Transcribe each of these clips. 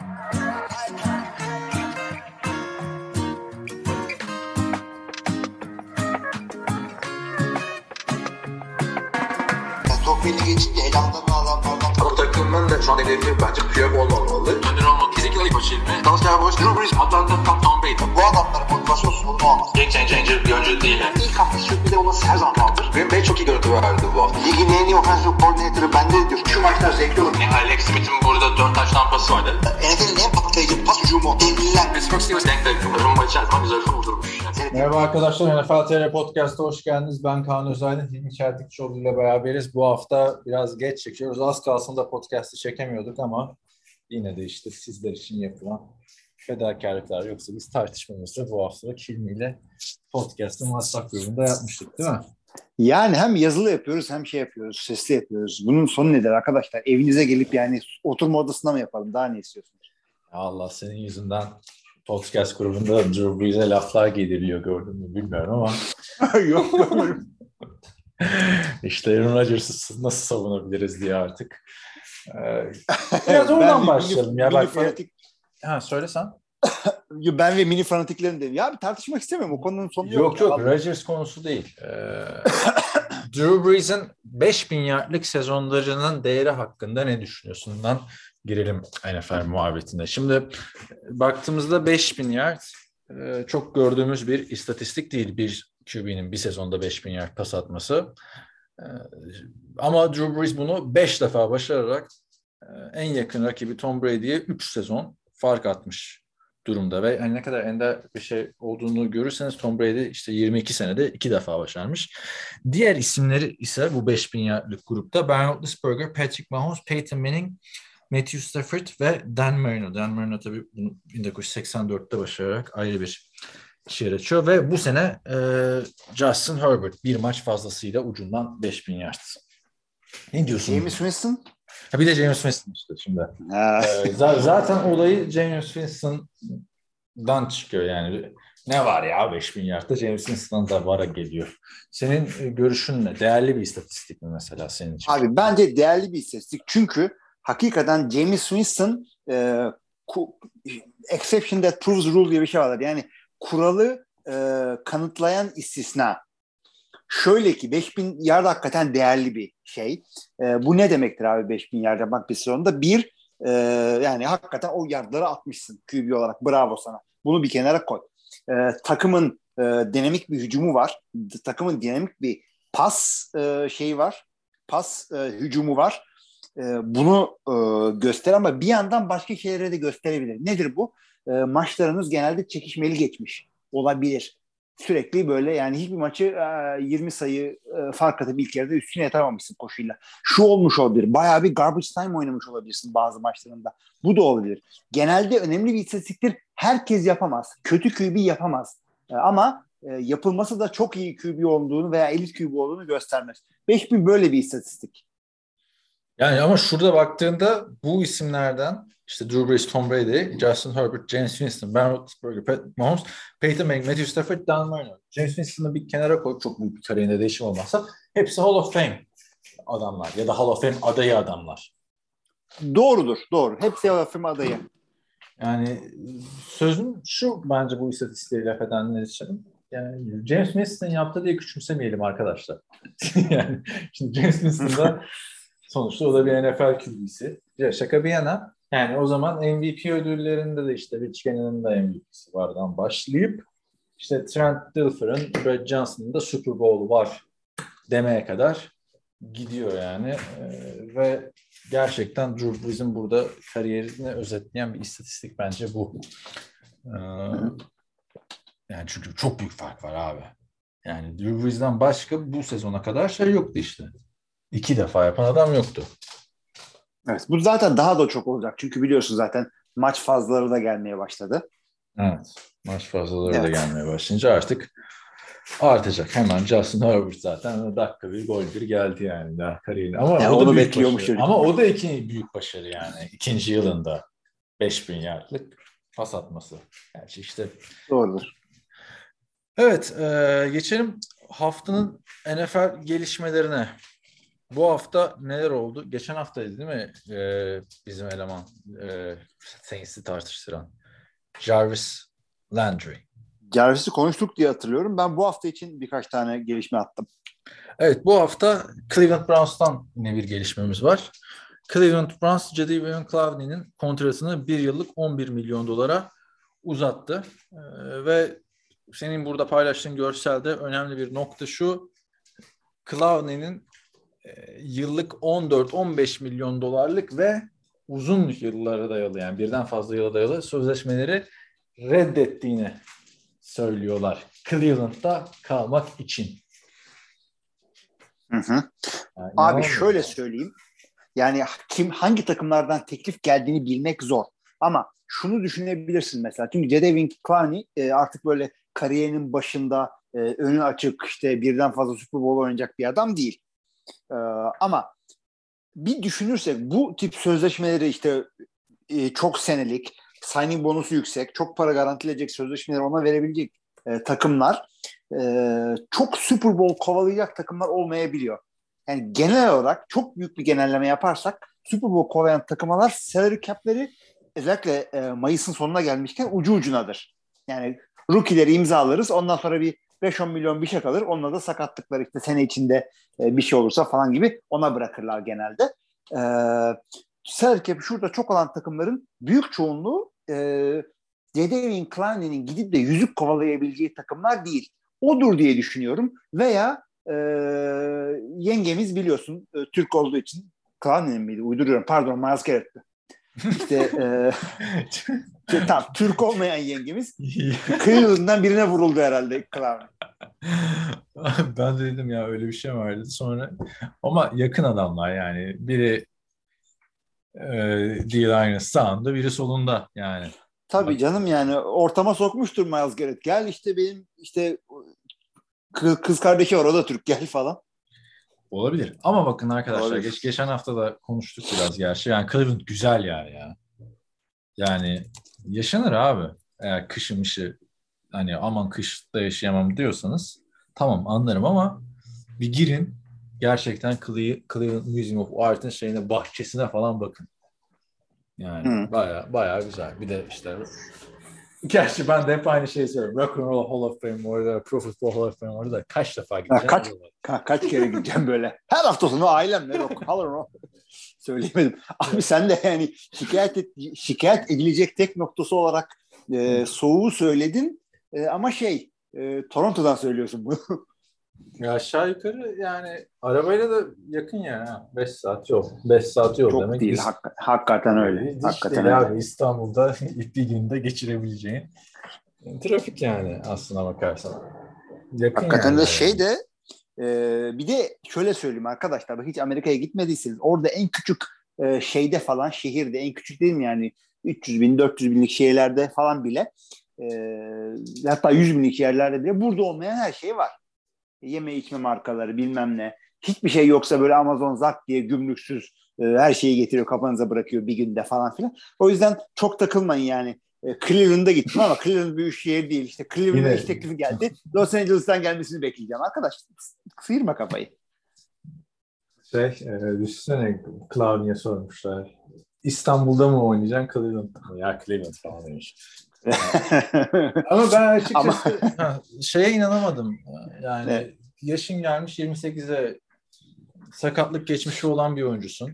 Belli geçince elamdan adamlardan. Bu takımın da şu an hedefi bence playoff olmamalı. Önder olmak kesinlikle ilk başı ilmi. Dallas Cowboys, Drew Brees, Atlanta, Tom Brady. Bu adamların motivasyonsuz bunu olmaz. Game changer bir oyuncu değil. İlk hafta sürpriz olması her zaman vardır. Green Bay çok iyi görüntü verdi bu hafta. Ligin en iyi offensive coordinator'ı bende diyor. Şu maçlar zevkli olur. Alex Smith'in burada 4 taş tampası vardı. NFL'in en patlayıcı pas hücumu. Devliler. Pittsburgh Steelers denk denk. Rumba içerisinde güzel vurdurmuş. Merhaba arkadaşlar, NFL TR Podcast'a hoş geldiniz. Ben Kaan Özaydın, Hilmi Çeltikçioğlu ile beraberiz. Bu hafta biraz geç çekiyoruz. Az kalsın da podcast'ı çekemiyorduk ama yine de işte sizler için yapılan fedakarlıklar yoksa biz tartışmamızda bu hafta Hilmi ile podcast'ı WhatsApp grubunda yapmıştık değil mi? Yani hem yazılı yapıyoruz hem şey yapıyoruz, sesli yapıyoruz. Bunun sonu nedir arkadaşlar? Evinize gelip yani oturma odasına mı yapalım? Daha ne istiyorsunuz? Allah senin yüzünden podcast grubunda Drew Brees'e laflar giydiriliyor, gördün mü bilmiyorum ama. Yok görmedim. İşte Aaron Rodgers'ı nasıl savunabiliriz diye artık. Biraz oradan başlayalım. Ya bak, fanatik... söylesen. Ben ve mini fanatiklerim dedim. Ya bir tartışmak istemiyorum. O konunun sonu yok. Yok Rodgers konusu değil. Drew Brees'in 5000 yardlık sezonlarının değeri hakkında ne düşünüyorsun? Girelim NFL muhabbetine. Şimdi baktığımızda 5000 yard çok gördüğümüz bir istatistik değil. Bir QB'nin bir sezonda 5000 yard pas atması. Ama Drew Brees bunu 5 defa başararak en yakın rakibi Tom Brady'ye 3 sezon fark atmış durumda. Ve yani ne kadar ender bir şey olduğunu görürseniz Tom Brady işte 22 senede 2 defa başarmış. Diğer isimleri ise bu 5000 yardlık grupta Ben Roethlisberger, Patrick Mahomes, Peyton Manning, Matthew Stafford ve Dan Marino. Dan Marino tabii bunu 1984'te başararak ayrı bir şiir açıyor ve bu sene Justin Herbert bir maç fazlasıyla ucundan 5000 yard. Ne diyorsun? James Winston? Bir de James Winston işte şimdi. Zaten olayı James Winston'dan çıkıyor yani. Ne var ya 5000 yardta James Winston'dan da vara geliyor. Senin görüşün ne? Değerli bir istatistik mi mesela senin için? Abi bence değerli bir istatistik. Çünkü hakikaten James Winston exception that proves rule diye bir şey vardır. Yani kuralı kanıtlayan istisna. Şöyle ki 5000 yard hakikaten değerli bir şey. Bu ne demektir abi 5000 yard yapmak bir sezonda? Yani hakikaten o yardları atmışsın QB olarak. Bravo sana. Bunu bir kenara koy. Takımın dinamik bir hücumu var. Takımın dinamik bir pas şeyi var. Pas hücumu var. Bunu göster ama bir yandan başka şeylere de gösterebilir. Nedir bu? Maçlarınız genelde çekişmeli geçmiş olabilir. Sürekli böyle yani hiçbir maçı 20 sayı fark atıp ilk yarıda üstüne yatamamışsın koşuyla. Şu olmuş olabilir. Bayağı bir garbage time oynamış olabilirsin bazı maçlarında. Bu da olabilir. Genelde önemli bir istatistiktir. Herkes yapamaz. Kötü QB yapamaz. Ama yapılması da çok iyi QB olduğunu veya elit QB olduğunu göstermez. 5000 böyle bir istatistik. Yani ama şurada baktığında bu isimlerden işte Drew Brees, Tom Brady, Justin Herbert, James Winston, Ben Roethlisberger, Patrick Mahomes, Peyton Manning, Matthew Stafford, Dan Marino. James Winston'ı bir kenara koy, çok büyük bir kariyerinde değişim olmazsa hepsi Hall of Fame adamlar ya da Hall of Fame adayı adamlar. Doğrudur, doğru. Hepsi Hall of Fame adayı. Yani sözün şu bence bu istatistiği laf edenler için. Yani James Winston yaptı diye küçümsemeyelim arkadaşlar. Yani şimdi James Winston'da sonuçta o da bir NFL QB'si. Ya şaka bir yana yani o zaman MVP ödüllerinde de işte Rich Gannon'ın da MVP'si vardan başlayıp işte Trent Dilfer'ın, Brad Johnson'ın da Super Bowl'u var demeye kadar gidiyor yani. Ve gerçekten Drew Brees'in burada kariyerini özetleyen bir istatistik bence bu. Yani çünkü çok büyük fark var abi. Yani Drew Brees'den başka bu sezona kadar şey yoktu işte. 2 defa yapan adam yoktu. Evet, bu zaten daha da çok olacak. Çünkü biliyorsun zaten maç fazlaları da gelmeye başladı. Evet. Maç fazlaları da gelmeye başlayınca artık artacak. Hemen Justin Herbert zaten dakika bir gol bir geldi yani daha kariyerine. Ama yani o da onu büyük bekliyormuş başarı. çocuk. Ama o da büyük başarı yani. İkinci yılında 5000 yardlık pas atması. Yani işte. Doğrudur. Evet. Geçelim haftanın NFL gelişmelerine. Bu hafta neler oldu? Geçen haftaydı değil mi? Bizim eleman Saints'i tartıştıran Jarvis Landry. Jarvis'i konuştuk diye hatırlıyorum. Ben bu hafta için birkaç tane gelişme attım. Evet, bu hafta Cleveland Browns'tan yine bir gelişmemiz var. Cleveland Browns, Jadeveon Clowney'nin kontratını 1 yıllık $11 milyon uzattı. Ve senin burada paylaştığın görselde önemli bir nokta şu: Clowney'nin yıllık 14-15 milyon dolarlık ve uzun yıllara dayalı, yani birden fazla yıla dayalı sözleşmeleri reddettiğini söylüyorlar Cleveland'da kalmak için. Hı hı. Yani Abi şöyle söyleyeyim. Yani hangi takımlardan teklif geldiğini bilmek zor. Ama şunu düşünebilirsin mesela. Çünkü Jadeveon Clowney artık böyle kariyerinin başında önü açık, işte birden fazla Super Bowl oynayacak bir adam değil. Ama bir düşünürsek bu tip sözleşmeleri işte çok senelik, signing bonusu yüksek, çok para garantileyecek sözleşmeleri ona verebilecek takımlar çok Super Bowl kovalayacak takımlar olmayabiliyor. Yani genel olarak çok büyük bir genelleme yaparsak Super Bowl kovalayan takımlar salary cap'leri özellikle Mayıs'ın sonuna gelmişken ucu ucunadır. Yani rookie'leri imzalarız, ondan sonra bir 5-10 milyon bir şey kalır. Onunla da sakatlıklar işte sene içinde bir şey olursa falan gibi ona bırakırlar genelde. Salary cap şurada çok olan takımların büyük çoğunluğu Jadeveon Clowney'nin gidip de yüzük kovalayabileceği takımlar değil. Odur diye düşünüyorum. Veya yengemiz biliyorsun Türk olduğu için Clowney'nin miydi? Uyduruyorum. Pardon, Myles Garrett'ti. İşte tam Türk olmayan yengemiz Cleveland'dan birine vuruldu herhalde Clowney. Ben de dedim ya öyle bir şey vardı sonra. Ama yakın adamlar yani. Biri değil aynı sağında, biri solunda yani. Tabii canım, yani ortama sokmuştur Myles Garrett. Gel işte benim işte kız kardeşi var, o da Türk, gel falan. Olabilir. Ama bakın arkadaşlar, Olabilir. geçen hafta da konuştuk biraz gerçi. Yani Cleveland güzel yer ya. Yani yaşanır abi. Eğer kışın işi hani aman kışta yaşayamam diyorsanız tamam, anlarım ama bir girin gerçekten Cleveland Museum of Art'ın şeyine, bahçesine falan bakın. Yani baya güzel. Bir de işte gerçi ben de hep aynı şeyi söylüyorum. Rock and Roll Hall of Fame orada, Pro Football Hall of Fame orada. Kaç defa gideceğim? Kaç kere gideceğim böyle. Her hafta sonu ailemle Rock söyleyemedim. Abi sen de yani şikayet edilecek tek noktası olarak soğuğu söyledin ama Toronto'dan söylüyorsun bunu. Ya aşağı yukarı yani arabayla da yakın ya. 5 saat yol. 5 saat yol çok demek. değil. Hakikaten öyle. Hakikaten öyle. Abi İstanbul'da bir günde geçirebileceğin trafik yani aslına bakarsan. Yakın Hakikaten yani. de bir de şöyle söyleyeyim arkadaşlar, hiç Amerika'ya gitmediyseniz orada en küçük şeyde falan, şehirde en küçük değil mi yani 300 bin 400 binlik şehirlerde falan bile hatta 100 binlik yerlerde bile burada olmayan her şey var. Yeme içme markaları bilmem ne. Hiçbir şey yoksa böyle Amazon zak diye gümrüksüz her şeyi getiriyor, kafanıza bırakıyor bir günde falan filan. O yüzden çok takılmayın yani. Cleveland'a gittim ama Cleveland büyük şehir değil. İşte Cleveland'a iş teklifi geldi. Los Angeles'tan gelmesini bekleyeceğim. Arkadaş sıyırma kafayı. Düşünsene, Clowney'e sormuşlar. İstanbul'da mı oynayacaksın, Cleveland'da mı? Ya Cleveland falan demiş. Ama ben açıkçası şeye inanamadım. Yani yaşın gelmiş 28'e, sakatlık geçmişi olan bir oyuncusun.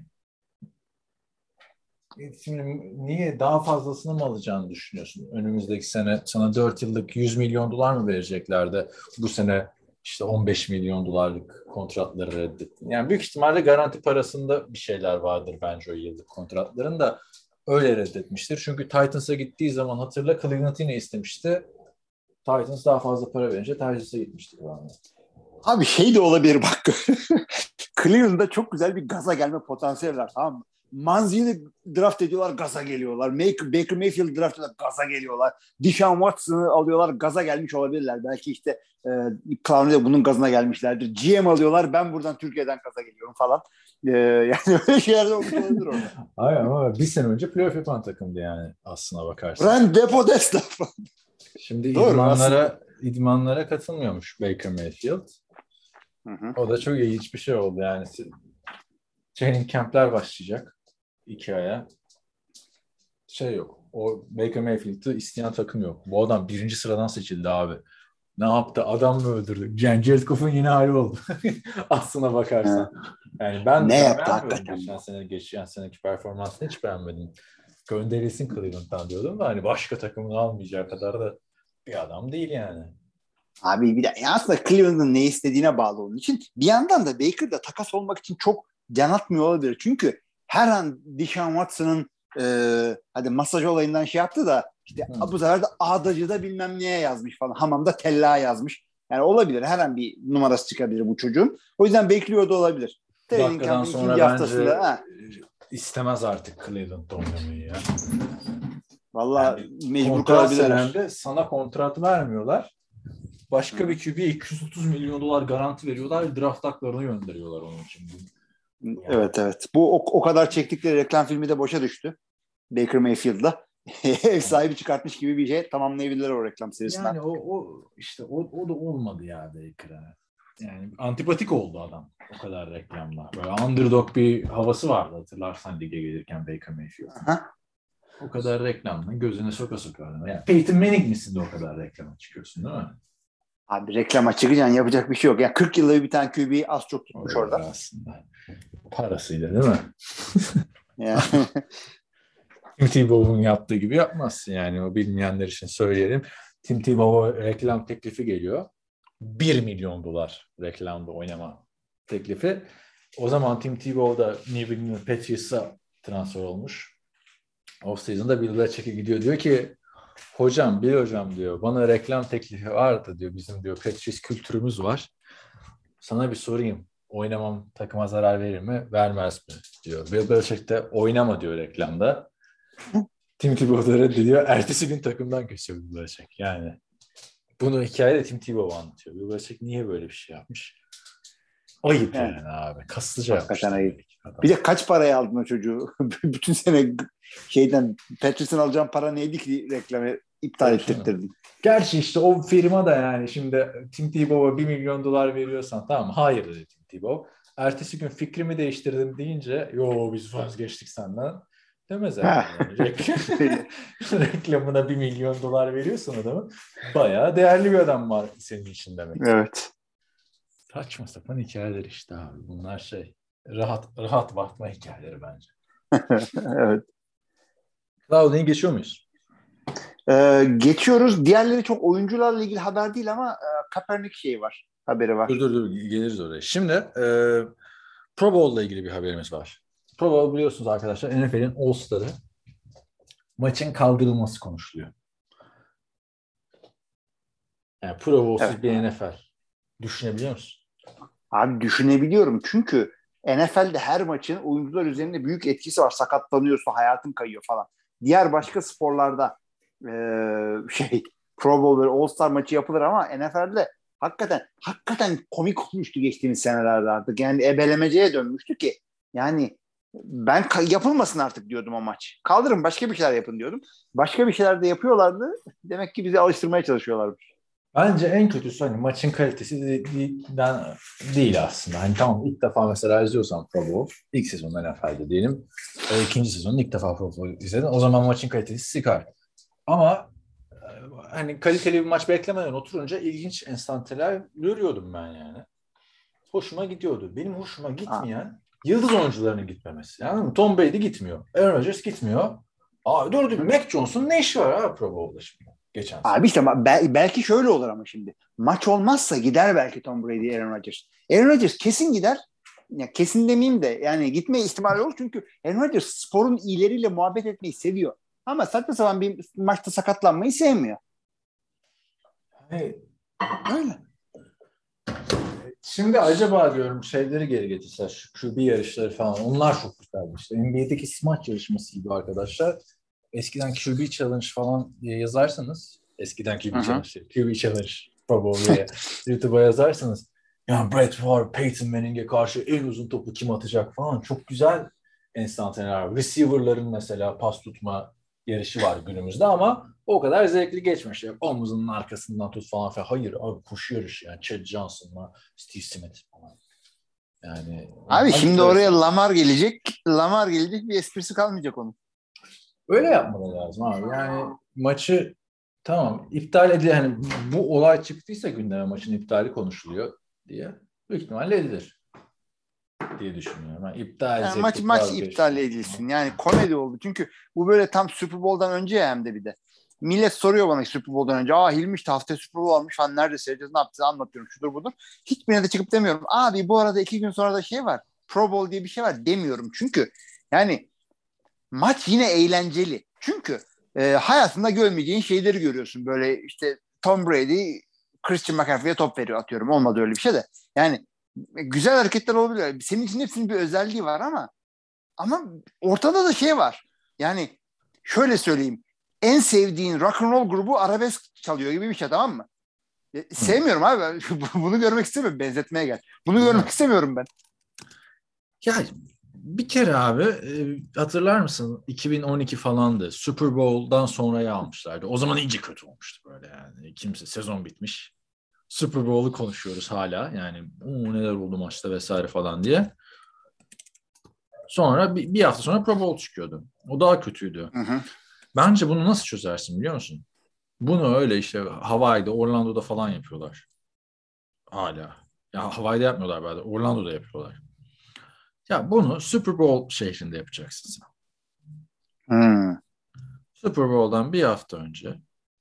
Şimdi niye daha fazlasını mı alacağını düşünüyorsun? Önümüzdeki sene sana 4 yıllık 100 milyon dolar mı verecekler de bu sene işte 15 milyon dolarlık kontratları reddettin? Yani büyük ihtimalle garanti parasında bir şeyler vardır bence o yıllık kontratların da, öyle reddetmiştir. Çünkü Titans'a gittiği zaman hatırla, Cleveland yine istemişti. Titans daha fazla para verince Titans'a gitmiştir. Abi de olabilir bak. Cleveland'da çok güzel bir gaza gelme potansiyeli var, tamam mı? Manziel'i draft ediyorlar, gaza geliyorlar. Baker Mayfield draft ediyorlar, gaza geliyorlar. Deshaun Watson'ı alıyorlar, gaza gelmiş olabilirler. Belki işte Clowney de bunun gazına gelmişlerdir. GM alıyorlar, ben buradan Türkiye'den gaza geliyorum falan. Yani öyle şeyler de olmuş olabilir orada. Hayır ama bir sene önce playoff yapan takımdı yani aslına bakarsan. Brand Podesta falan. Şimdi idmanlara katılmıyormuş Baker Mayfield. Hı. O da çok ilginç bir şey oldu yani. training camp'ler başlayacak 2 aya. Şey yok. O Baker Mayfield'ı isteyen takım yok. Bu adam 1. sıradan seçildi abi. Ne yaptı? Adam mı öldürdü? Yani Jared Goff'un yeni hali oldu. Aslına bakarsan. Yani ben Ne yaptı beğenmiyorum hakikaten? geçen seneki performansını hiç beğenmedim. Gönderilsin Cleveland'dan diyordum da hani başka takımını almayacağı kadar da bir adam değil yani. Abi bir de aslında Cleveland'ın ne istediğine bağlı onun için. Bir yandan da Baker da takas olmak için çok can atmıyor olabilir. Çünkü her an Deshaun Watson'ın hadi masaj olayından şey yaptı da işte bu sefer de ağdacıda bilmem neye yazmış falan. Hamamda tella yazmış. Yani olabilir. Her an bir numarası çıkabilir bu çocuğun. O yüzden bekliyor da olabilir. Bu Training dakikadan camp'in sonra ikinci bence haftasında istemez artık Cleveland'da oynamayı ya. valla Yani mecbur kontrat kalabilirler. senende sana kontrat vermiyorlar. Başka bir QB'ye 230 milyon dolar garanti veriyorlar. Draft haklarını gönderiyorlar onun için. Evet. Bu o kadar çektikleri reklam filmi de boşa düştü. Baker Mayfield'la. Ev sahibi çıkartmış gibi bir şey tamamlayabilirler o reklam serisinden. Yani o da olmadı ya Baker'a. Yani antipatik oldu adam o kadar reklamla. Böyle underdog bir havası vardı hatırlarsan lige gelirken Baker Mayfield. Aha. O kadar reklamla gözüne soka sokardı. Yani Peyton Manning misin de o kadar reklama çıkıyorsun değil mi? Abi reklama çıkacaksın yapacak bir şey yok. Yani 40 yılda bir tane QB'yi az çok tutmuş Öyle orada. aslında. Parasıyla değil mi? Yani. Tim Tebow'un yaptığı gibi yapmazsın yani. O bilmeyenler için söyleyelim. Tim Tebow'a reklam teklifi geliyor. 1 milyon dolar reklamda oynama teklifi. O zaman Tim Tebow da New England Patriots'a transfer olmuş. Off-season'da Bill Belichick'e gidiyor. Diyor ki Bill hocam diyor bana reklam teklifi vardı diyor. Bizim diyor Patriots kültürümüz var. Sana bir sorayım. Oynamam takıma zarar verir mi? Vermez mi? Diyor. Bill Belichick de oynama diyor reklamda. Tim Tebow da reddediyor. Ertesi gün takımdan kesiyor Bill Belichick. Yani bunu hikayede Tim Tebow anlatıyor. Bill Belichick niye böyle bir şey yapmış? Ayıp yani abi. Kaslıca Hakikaten yapmışlar ayıp. belki adam. Bir de kaç paraya aldın o çocuğu? Bütün sene Patrice'in alacağın para neydi ki reklamı iptal ettirttirdin? Gerçi işte o firma da yani şimdi Tim Tebow'a 1 milyon dolar veriyorsan tamam hayır dedi Tim Tebow. Ertesi gün fikrimi değiştirdim deyince biz vazgeçtik senden demez herhalde. Yani. Reklamına 1 milyon dolar veriyorsan adamın bayağı değerli bir adam var senin için demek. Evet. Saçma sapan hikayeler işte abi. Bunlar rahat bakma hikayeleri bence. Evet. Cloud'u geçiyor muyuz? Geçiyoruz. Diğerleri çok oyuncularla ilgili haber değil ama Kaepernick şeyi var. Haberi var. Dur geliriz oraya. Şimdi Pro Bowl'la ilgili bir haberimiz var. Pro Bowl biliyorsunuz arkadaşlar NFL'in All-Star'ı maçın kaldırılması konuşuluyor. Yani Pro Bowl'suz Evet. bir NFL. Düşünebiliyor musun? Abi düşünebiliyorum. Çünkü NFL'de her maçın oyuncular üzerinde büyük etkisi var. Sakatlanıyorsa hayatın kayıyor falan. Diğer başka sporlarda Pro Bowl ve All-Star maçı yapılır ama NFL'de hakikaten komik olmuştu geçtiğimiz senelerde artık. Yani ebelemeceye dönmüştü ki yani ben yapılmasın artık diyordum o maç. Kaldırın başka bir şeyler yapın diyordum. Başka bir şeyler de yapıyorlardı. Demek ki bizi alıştırmaya çalışıyorlarmış. Bence en kötüsü hani maçın kalitesi değil aslında. Hani tamam ilk defa mesela izliyorsan Pro Bowl, ilk sezonda NFL'de diyelim. İkinci sezonun ilk defa Pro Bowl izledin. O zaman maçın kalitesi sıkar. Ama hani kaliteli bir maç beklemeden oturunca ilginç enstantaneler görüyordum ben yani. Hoşuma gidiyordu. Benim hoşuma gitmeyen yıldız oyuncularının gitmemesi. Yani Tom Brady gitmiyor. Aaron Rodgers gitmiyor. Dur Mac Jones'un ne işi var abi Pro Bowl'da şimdi? Geçen sene. Abi işte belki şöyle olur ama şimdi. Maç olmazsa gider belki Tom Brady, Aaron Rodgers. Aaron Rodgers kesin gider. Ya kesin demeyeyim de yani gitme ihtimali olur çünkü Aaron Rodgers sporun iyileriyle muhabbet etmeyi seviyor. Ama saçma sapan bir maçta sakatlanmayı sevmiyor. Hey, Öyle. şimdi acaba diyorum şeyleri geri getirse şu QB yarışları falan onlar çok güzeldi işte. NBA'deki smaç yarışması gibi arkadaşlar. Eskiden QB Challenge falan diye yazarsanız eskiden QB Challenge QB Challenge Pro Bowl diye YouTube'a yazarsanız yani Brett Favre, Peyton Manning'e karşı en uzun topu kim atacak falan çok güzel enstantaneler. Receiver'ların mesela pas tutma yarışı var günümüzde ama o kadar zevkli geçmiş. Yani omuzunun arkasından tut falan filan. Hayır abi koşu yarışı yani Chad Johnson'la Steve Smith falan. Yani Abi şimdi oraya Lamar gelecek. Lamar gelecek, bir esprisi kalmayacak onun. öyle yapmaları lazım abi. Yani maçı tamam iptal edilir. Yani bu olay çıktıysa gündeme maçın iptali konuşuluyor diye büyük ihtimalle edilir diye düşünüyorum. Yani iptal Yani edecektik, maç iptal edilsin. Yani komedi oldu. Çünkü bu böyle tam Super Bowl'dan önce ya, hem de bir de. Millet soruyor bana Super Bowl'dan önce. Hilmi işte haftaya Super Bowl almış falan, nerede seyredeceğiz, ne yapacağız anlatıyorum, şudur budur. Hiçbirine de çıkıp demiyorum. Abi bu arada 2 gün sonra da şey var. Pro Bowl diye bir şey var demiyorum. Çünkü yani maç yine eğlenceli. Çünkü hayatında görmeyeceğin şeyleri görüyorsun. Böyle işte Tom Brady Christian McCaffrey'e top veriyor, atıyorum. Olmadı öyle bir şey de. Yani güzel hareketler olabilir. Senin için hepsinin bir özelliği var ama ortada da şey var. Yani şöyle söyleyeyim. En sevdiğin rock and roll grubu arabesk çalıyor gibi bir şey, tamam mı? Sevmiyorum abi. Bunu görmek istemiyorum. Benzetmeye gel. Bunu görmek istemiyorum ben. Ya bir kere abi hatırlar mısın? 2012 falandı. Super Bowl'dan sonraya almışlardı. O zaman iyice kötü olmuştu böyle yani. Kimse sezon bitmiş. Super Bowl'u konuşuyoruz hala. Yani neler oldu maçta vesaire falan diye. Sonra bir hafta sonra Pro Bowl çıkıyordu. O daha kötüydü. Hı hı. Bence bunu nasıl çözersin biliyor musun? Bunu öyle işte Hawaii'de, Orlando'da falan yapıyorlar. Hala. Ya Hawaii'de yapmıyorlar bari. Orlando'da yapıyorlar. Ya bunu Super Bowl şehrinde yapacaksın sen. Hmm. Super Bowl'dan bir hafta önce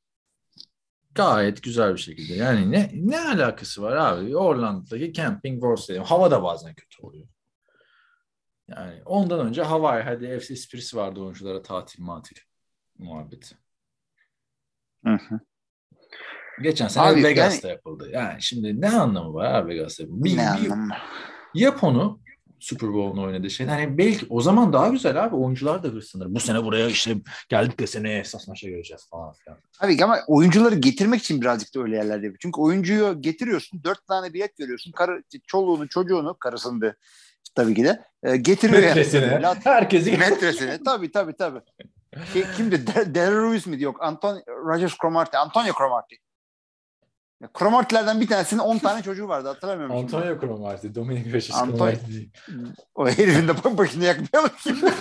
gayet güzel bir şekilde. Yani ne alakası var abi? Orlando'daki Camping World Stadium. Hava da bazen kötü oluyor. Yani ondan önce Hawaii, hadi esprisi vardı oyunculara, tatil muhabbeti. Hı hı. Geçen sene Abi, Vegas'ta yani, yapıldı. Yani şimdi ne anlamı var abi Vegas'ta? ne anlamı? Yap onu, Super Bowl'un oynadığı şey. Hani belki o zaman daha güzel abi. Oyuncular da hırslanır. Bu sene buraya işte geldik de seneye esas maça göreceğiz falan filan. Abi ama oyuncuları getirmek için birazcık da öyle yerlerde yapıyor. Çünkü oyuncuyu getiriyorsun, 4 tane bilet veriyorsun. Çoluğunu, çocuğunu, karısını da tabii ki de getiriyor. Metresine. Herkesi. Metresine. Tabii. Kimdi? Darryl Ruiz miydi? Yok. Rogers Cromartie. Antonio Cromartie. Cromartie'lerden bir tanesinin 10 tane çocuğu vardı. Hatırlamıyorum şimdi. Antonio Cromartie. Dominic Rogers Cromartie değil. O herifin de başını yakmayalım şimdi.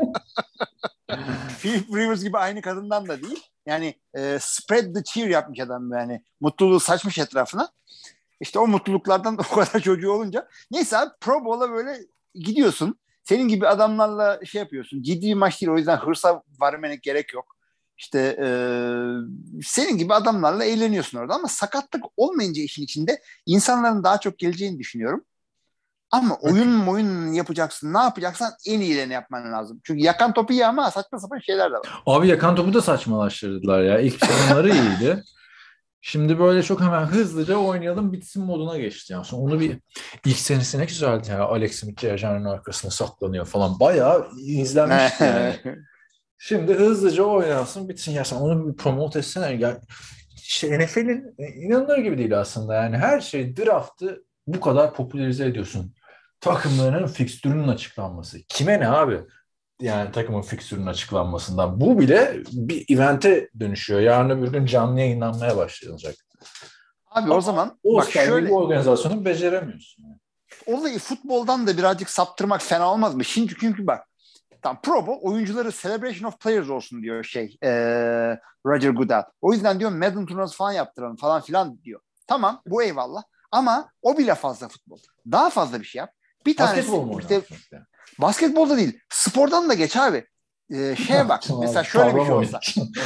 Philip Rivers gibi aynı kadından da değil. Yani spread the cheer yapmış adam yani. Mutluluğu saçmış etrafına. İşte o mutluluklardan o kadar çocuğu olunca. Neyse abi, Pro Bowl'a böyle gidiyorsun. Senin gibi adamlarla şey yapıyorsun. Ciddi bir maç değil. O yüzden hırsa vermenek gerek yok. İşte senin gibi adamlarla eğleniyorsun orada. Ama sakatlık olmayınca işin içinde insanların daha çok geleceğini düşünüyorum. Ama oyun yapacaksın, ne yapacaksan en iyilerini yapman lazım. Çünkü yakan topu iyi ama saçma sapan şeyler de var. Abi yakan topu da saçmalaştırdılar ya. İlk sezonları iyiydi. Şimdi böyle çok hemen hızlıca oynayalım bitsin moduna geçti. Yani sonra onu ilk senesi ne güzeldi ya. Alex Smith Cezane'nin arkasına saklanıyor falan. Bayağı izlenmişti yani. Şimdi hızlıca oynansın bitsin. Ya sen onu bir promote etsene. Ya, işte NFL'in inanılır gibi değil aslında. Yani her şey draft'ı bu kadar popülerize ediyorsun. Takımların fikstürünün açıklanması. Kime ne abi? Yani takımın fikstürünün açıklanmasından. Bu bile bir evente dönüşüyor. Yarın öbür gün canlı yayınlanmaya başlayacak. Abi o zaman bak şöyle, bu organizasyonu beceremiyorsun. Olayı futboldan da birazcık saptırmak fena olmaz mı? Çünkü bak, tam Pro Bowl oyuncuları Celebration of Players olsun diyor Roger Goodell. O yüzden diyor Madden turnuvası falan yaptıralım falan filan diyor. Tamam, bu eyvallah. Ama o bile fazla futbol. Daha fazla bir şey yap. Bir tanesi işte basketbolda değil. Spordan da geç abi. Bak. Mesela şöyle bir şey olsa.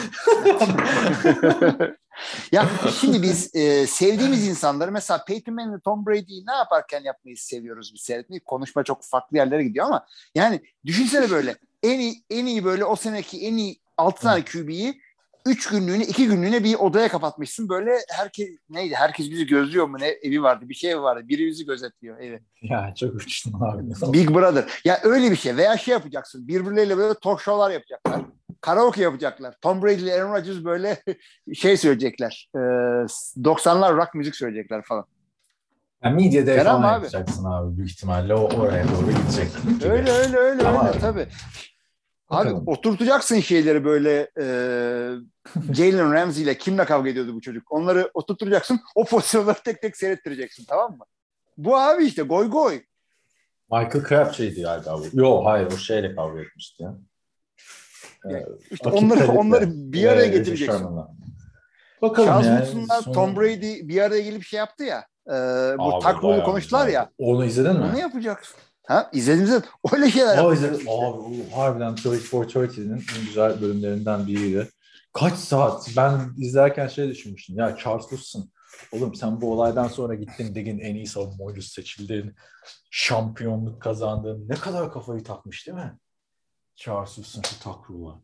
Ya şimdi biz sevdiğimiz insanları, mesela Peyton Manning, Tom Brady'yi ne yaparken yapmayı seviyoruz biz seyretmeyi. Konuşma çok farklı yerlere gidiyor ama yani düşünsene böyle en iyi böyle o seneki en iyi 6 tane QB'yi 3 günlüğüne 2 günlüğüne bir odaya kapatmışsın. Böyle herkes bizi gözlüyor mu, ne evi vardı, bir şey vardı, biri bizi gözetliyor evi. Ya çok uçtun abi. Big Brother. Ya öyle bir şey, veya şey yapacaksın, birbirleriyle böyle talk show'lar yapacaklar. Karaoke yapacaklar. Tom Brady ile Aaron Rodgers böyle şey söyleyecekler. 90'lar rock müzik söyleyecekler falan. Yani Media Day falan abi yapacaksın abi büyük ihtimalle. Oraya doğru gidecek. Öyle tabii. Abi oturtacaksın şeyleri böyle Jalen Ramsey ile kimle kavga ediyordu bu çocuk? Onları oturtacaksın. O pozisyonları tek tek seyrettireceksin, tamam mı? Bu abi işte goy goy. Michael Crabtree'ydi galiba bu. Yok hayır o şeyle kavga etmişti ya. İşte Akit Talip'le onları bir araya ve Reggie getireceksin. Sherman'la. Bakalım Charles yani. Woodson'la Tom Brady bir araya gelip şey yaptı ya. Bu Abi, takrolu bayağı konuştular güzeldi. ya. Onu izledin mi? Onu yapacaksın. Ha, izledim. Öyle şeyler yapacaksın. İzledim. Abi o harbiden 30 for 30'nin en güzel bölümlerinden biriydi. Kaç saat? Ben izlerken şey düşünmüştüm. Ya Charles Woodson. Oğlum sen bu olaydan sonra gittin ligin en iyi savunma oyuncusu seçildin. Şampiyonluk kazandın. Ne kadar kafayı takmış değil mi? Charles Woodson şu takrula.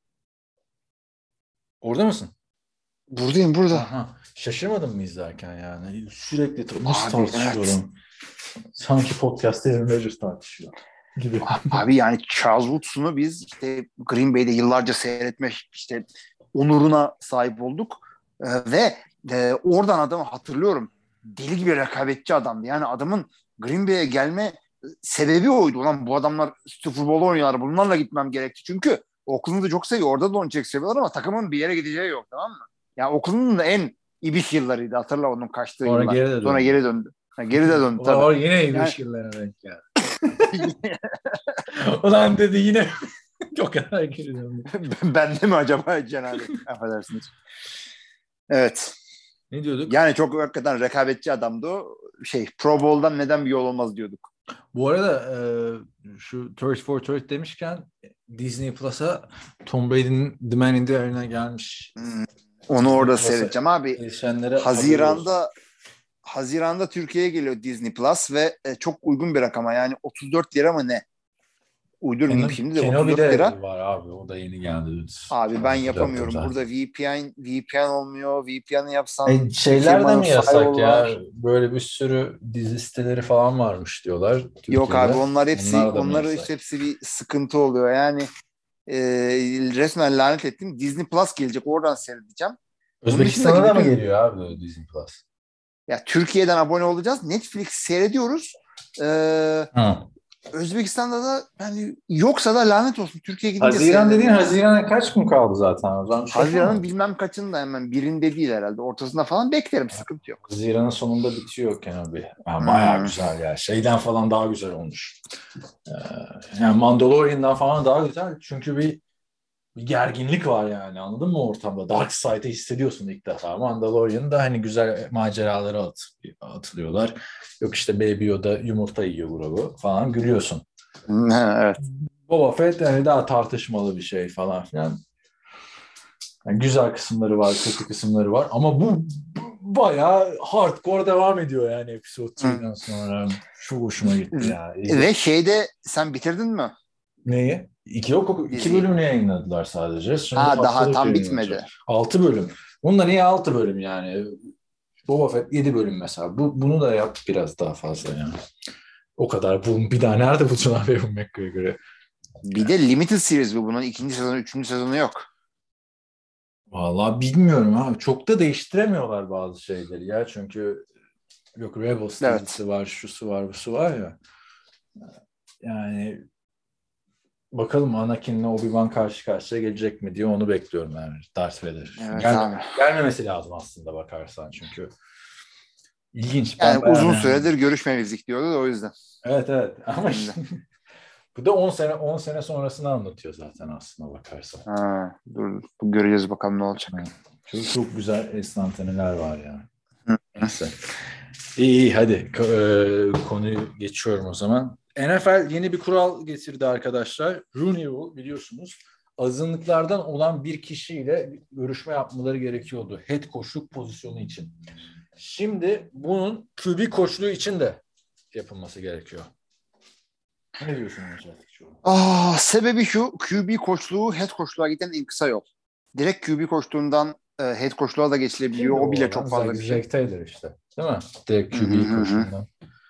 Orada mısın? Buradayım burada. Aha. Şaşırmadın mı izlerken yani? Sürekli nasıl Abi, tartışıyorum? Sanki podcast'te Aaron Rodgers tartışıyor gibi. Abi yani Charles Woodson'u biz işte Green Bay'de yıllarca seyretme işte onuruna sahip olduk. Ve oradan adamı hatırlıyorum. Deli gibi rekabetçi adamdı. Yani adamın Green Bay'e gelme sebebi oydu. Ulan bu adamlar Super Bowl oynuyorlar. Bunlarla gitmem gerekti. Çünkü Oakland'ı çok seviyor. Orada da onu çok seviyorlar ama takımın bir yere gideceği yok, tamam mı? Yani Oakland'ın da en ibiş yıllarıydı. Hatırla onun kaçtığı Sonra yıllar. geri de döndü. Sonra geri döndü. Geri de döndü tabii. O yine ibiş yıllarına denk geldi. Ulan dedi yine o kadar geri döndü. Bende mi acaba Cenab-ı? Affedersiniz. Evet. Ne diyorduk? Yani çok hakikaten rekabetçi adamdı o. Pro Bowl'dan neden bir yol olmaz diyorduk. Bu arada şu 30 for 30 demişken Disney Plus'a Tom Brady'nin The Man in the Arena'a gelmiş. Onu orada seyredeceğim abi. Haziran'da Türkiye'ye geliyor Disney Plus ve çok uygun bir rakama, yani 34 lira mı ne? Uydurmayayım şimdi de 34 lira. Var abi, o da yeni geldi. Abi ben yapamıyorum. Burada VPN olmuyor. VPN yapsam şeyler de mi yasak ya? Böyle bir sürü dizi siteleri falan varmış diyorlar Türkiye'de. Yok abi onları hepsi bir sıkıntı oluyor. Yani resmen lanet ettim. Disney Plus gelecek. Oradan seyredeceğim. Özbekistan'a da mı geliyor abi Disney Plus? Ya Türkiye'den abone olacağız. Netflix seyrediyoruz. Özbekistan'da da yani yoksa da lanet olsun. Türkiye'ye gidince Haziran dediğin Haziran'a kaç gün kaldı zaten? Haziran'ın bilmem kaçında, hemen birinde değil herhalde. Ortasında falan beklerim. Sıkıntı yok. Haziran'ın sonunda bitiyor Kenan Bey. Yani bayağı güzel ya. Şeyden falan daha güzel olmuş. Yani Mandalorian'dan falan daha güzel. Çünkü bir gerginlik var yani, anladın mı ortamda? Dark Side'ı hissediyorsun ilk defa. Mandalorian'da hani güzel maceralara atılıyorlar. Yok işte Baby Yoda yumurta yiyor grubu falan, gülüyorsun. Evet. Boba Fett yani daha tartışmalı bir şey falan filan. Yani güzel kısımları var, kötü kısımları var ama bu bayağı hardcore devam ediyor yani episode 3'den sonra. Çok hoşuma gitti ya. Ve sen bitirdin mi? Neyi? İki bölümünü yayınladılar sadece. Şimdi daha tam bitmedi. 6 bölüm. Bunda niye 6 bölüm yani? Boba Fett 7 bölüm mesela. Bunu da yap biraz daha fazla yani. O kadar. Bir daha nerede bulacaksın abi Ewan McGregor'ı? Bir de limited series bu. Bunun 2. sezonu, 3. sezonu yok. Vallahi bilmiyorum abi. Çok da değiştiremiyorlar bazı şeyleri ya. Çünkü yok Rebels dizisi var, şusu var, busu var ya. Yani bakalım Anakin'le Obi-Wan karşı karşıya gelecek mi diye, onu bekliyorum yani. Darth Vader. Evet, gelmemesi lazım aslında bakarsan çünkü. İlginç. Yani uzun süredir görüşmemizlik diyordu da o yüzden. Evet. Ama bu da 10 sene sonrasını anlatıyor zaten aslında bakarsan. Dur göreceğiz bakalım ne olacak. Çok güzel enstantaneler var yani. Neyse. İyi hadi konuyu geçiyorum o zaman. NFL yeni bir kural getirdi arkadaşlar. Rooney Rule, biliyorsunuz. Azınlıklardan olan bir kişiyle görüşme yapmaları gerekiyordu head coachluk pozisyonu için. Şimdi bunun QB koçluğu için de yapılması gerekiyor. Ne diyorsun hocam? Sebebi şu: QB koçluğu head coachluğa giden en kısa yol. Direkt QB koçluğundan head coachluğa da geçilebiliyor. O bile çok fazla bir şey. Zack Taylor işte. Değil mi? Direkt QB koçluğundan.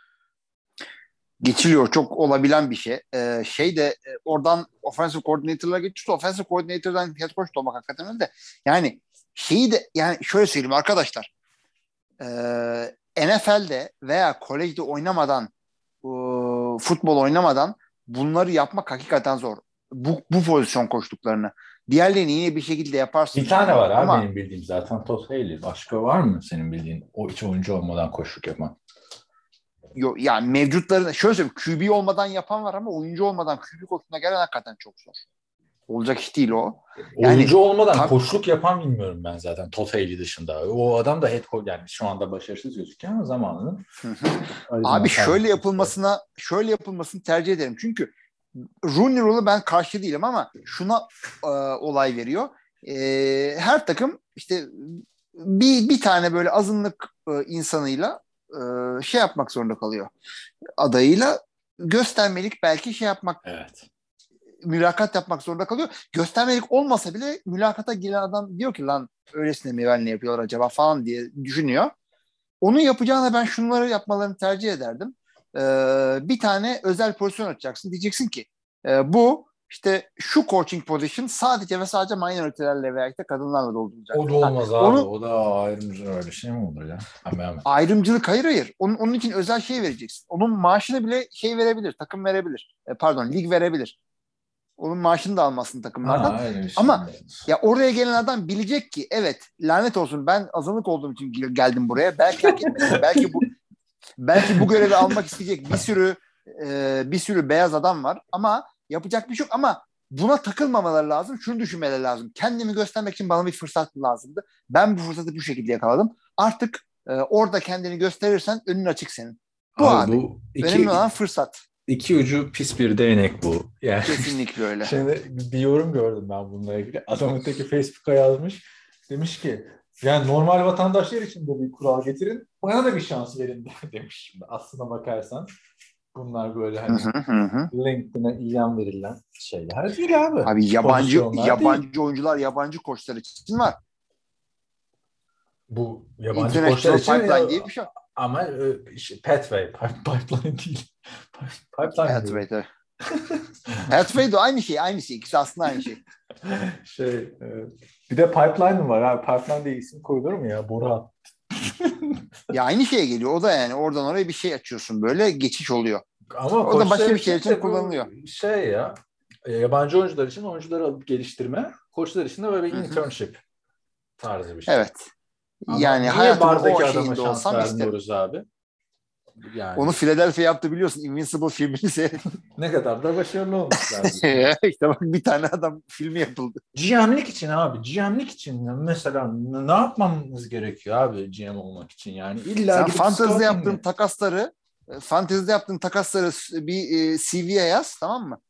Geçiliyor. Çok olabilen bir şey. Oradan offensive coordinator'lara geçiyorsa offensive coordinator'dan head coach olmak hakikaten öyle de. Yani yani şöyle söyleyeyim arkadaşlar. NFL'de veya kolejde oynamadan, futbol oynamadan bunları yapmak hakikaten zor. Bu pozisyon koştuklarını. Diğerlerini yine bir şekilde yaparsın. Bir tane var abi benim bildiğim zaten, Todd Haley. Başka var mı senin bildiğin o hiç oyuncu olmadan koşuk yapan? Yani mevcutlarını şöyle söyleyeyim, QB olmadan yapan var ama oyuncu olmadan QB koçluğuna gelen hakikaten çok zor. Olacak iş değil o. Yani, oyuncu olmadan koçluk yapan bilmiyorum ben zaten Todd Haley dışında. O adam da head coach, yani şu anda başarısız gözüküyor ama zamanının. Abi şöyle yapılmasını tercih ederim. Çünkü Rooney Rule'u ben karşı değilim ama şuna olay veriyor. Her takım işte bir tane böyle azınlık insanıyla şey yapmak zorunda kalıyor. Adayıyla göstermelik belki şey yapmak, evet, mülakat yapmak zorunda kalıyor. Göstermelik olmasa bile mülakata giren adam diyor ki lan öylesine mi ne yapıyorlar acaba falan diye düşünüyor. Onu yapacağına ben şunları yapmalarını tercih ederdim. Bir tane özel pozisyon açacaksın. Diyeceksin ki bu işte şu coaching position sadece ve sadece minority'lerle veya işte kadınlarla doldurulacak. o da olmaz abi. O da ayrımcı, öyle şey mi olur ya? Hemen. Ayrımcılık hayır. Onun için özel şey vereceksin. Onun maaşını bile şey verebilir. Takım verebilir. Lig verebilir. Onun maaşını da almasın takımlardan. Ama ya oraya gelen adam bilecek ki evet, lanet olsun ben azınlık olduğum için geldim buraya. Belki hak etmesin. belki bu görevi almak isteyecek bir sürü beyaz adam var ama yapacak bir şey yok. Ama buna takılmamaları lazım. Şunu düşünmeleri lazım. Kendimi göstermek için bana bir fırsat lazımdı. Ben bu fırsatı bu şekilde yakaladım. Artık orada kendini gösterirsen önün açık senin. Bu abi. Önemli olan fırsat. İki ucu pis bir değnek bu. Yani, kesinlikle öyle. Şimdi bir yorum gördüm ben bununla ilgili. Adamın teki Facebook'a yazmış. Demiş ki yani normal vatandaşlar için de bir kural getirin. Bana da bir şans verin demiş. Şimdi aslına bakarsan bunlar böyle hani LinkedIn'e ilan verilen şeyler değil abi. Abi yabancı oyuncular, yabancı koçlar için var. Bu yabancı koçlar için pipeline diye bir şey. Ama pathway, pipeline değil. Pathway de. Pathway de aynı şey. İkisi aslında aynı şey. Bir de pipeline mi var abi? Pipeline diye isim koyulur mu ya? Boru. Ya aynı şeye geliyor. O da yani oradan oraya bir şey açıyorsun. Böyle geçiş oluyor. Ama o da başka bir şey için kullanılıyor. Yabancı oyuncular için oyuncuları alıp geliştirme, koçlar için de böyle bir internship tarzı bir şey. Evet. Ama yani hayatımda o adama şans vermiyoruz abi. Yani. Onu Philadelphia yaptı biliyorsun. Invincible filmini seyret. Ne kadar da başarılı olmuşlar. İşte bak bir tane adam filmi yapıldı. GM'lik için abi. GM'lik için mesela ne yapmamız gerekiyor abi GM olmak için yani? İlla sen fantezide yaptığın takasları bir CV'ye yaz, tamam mı?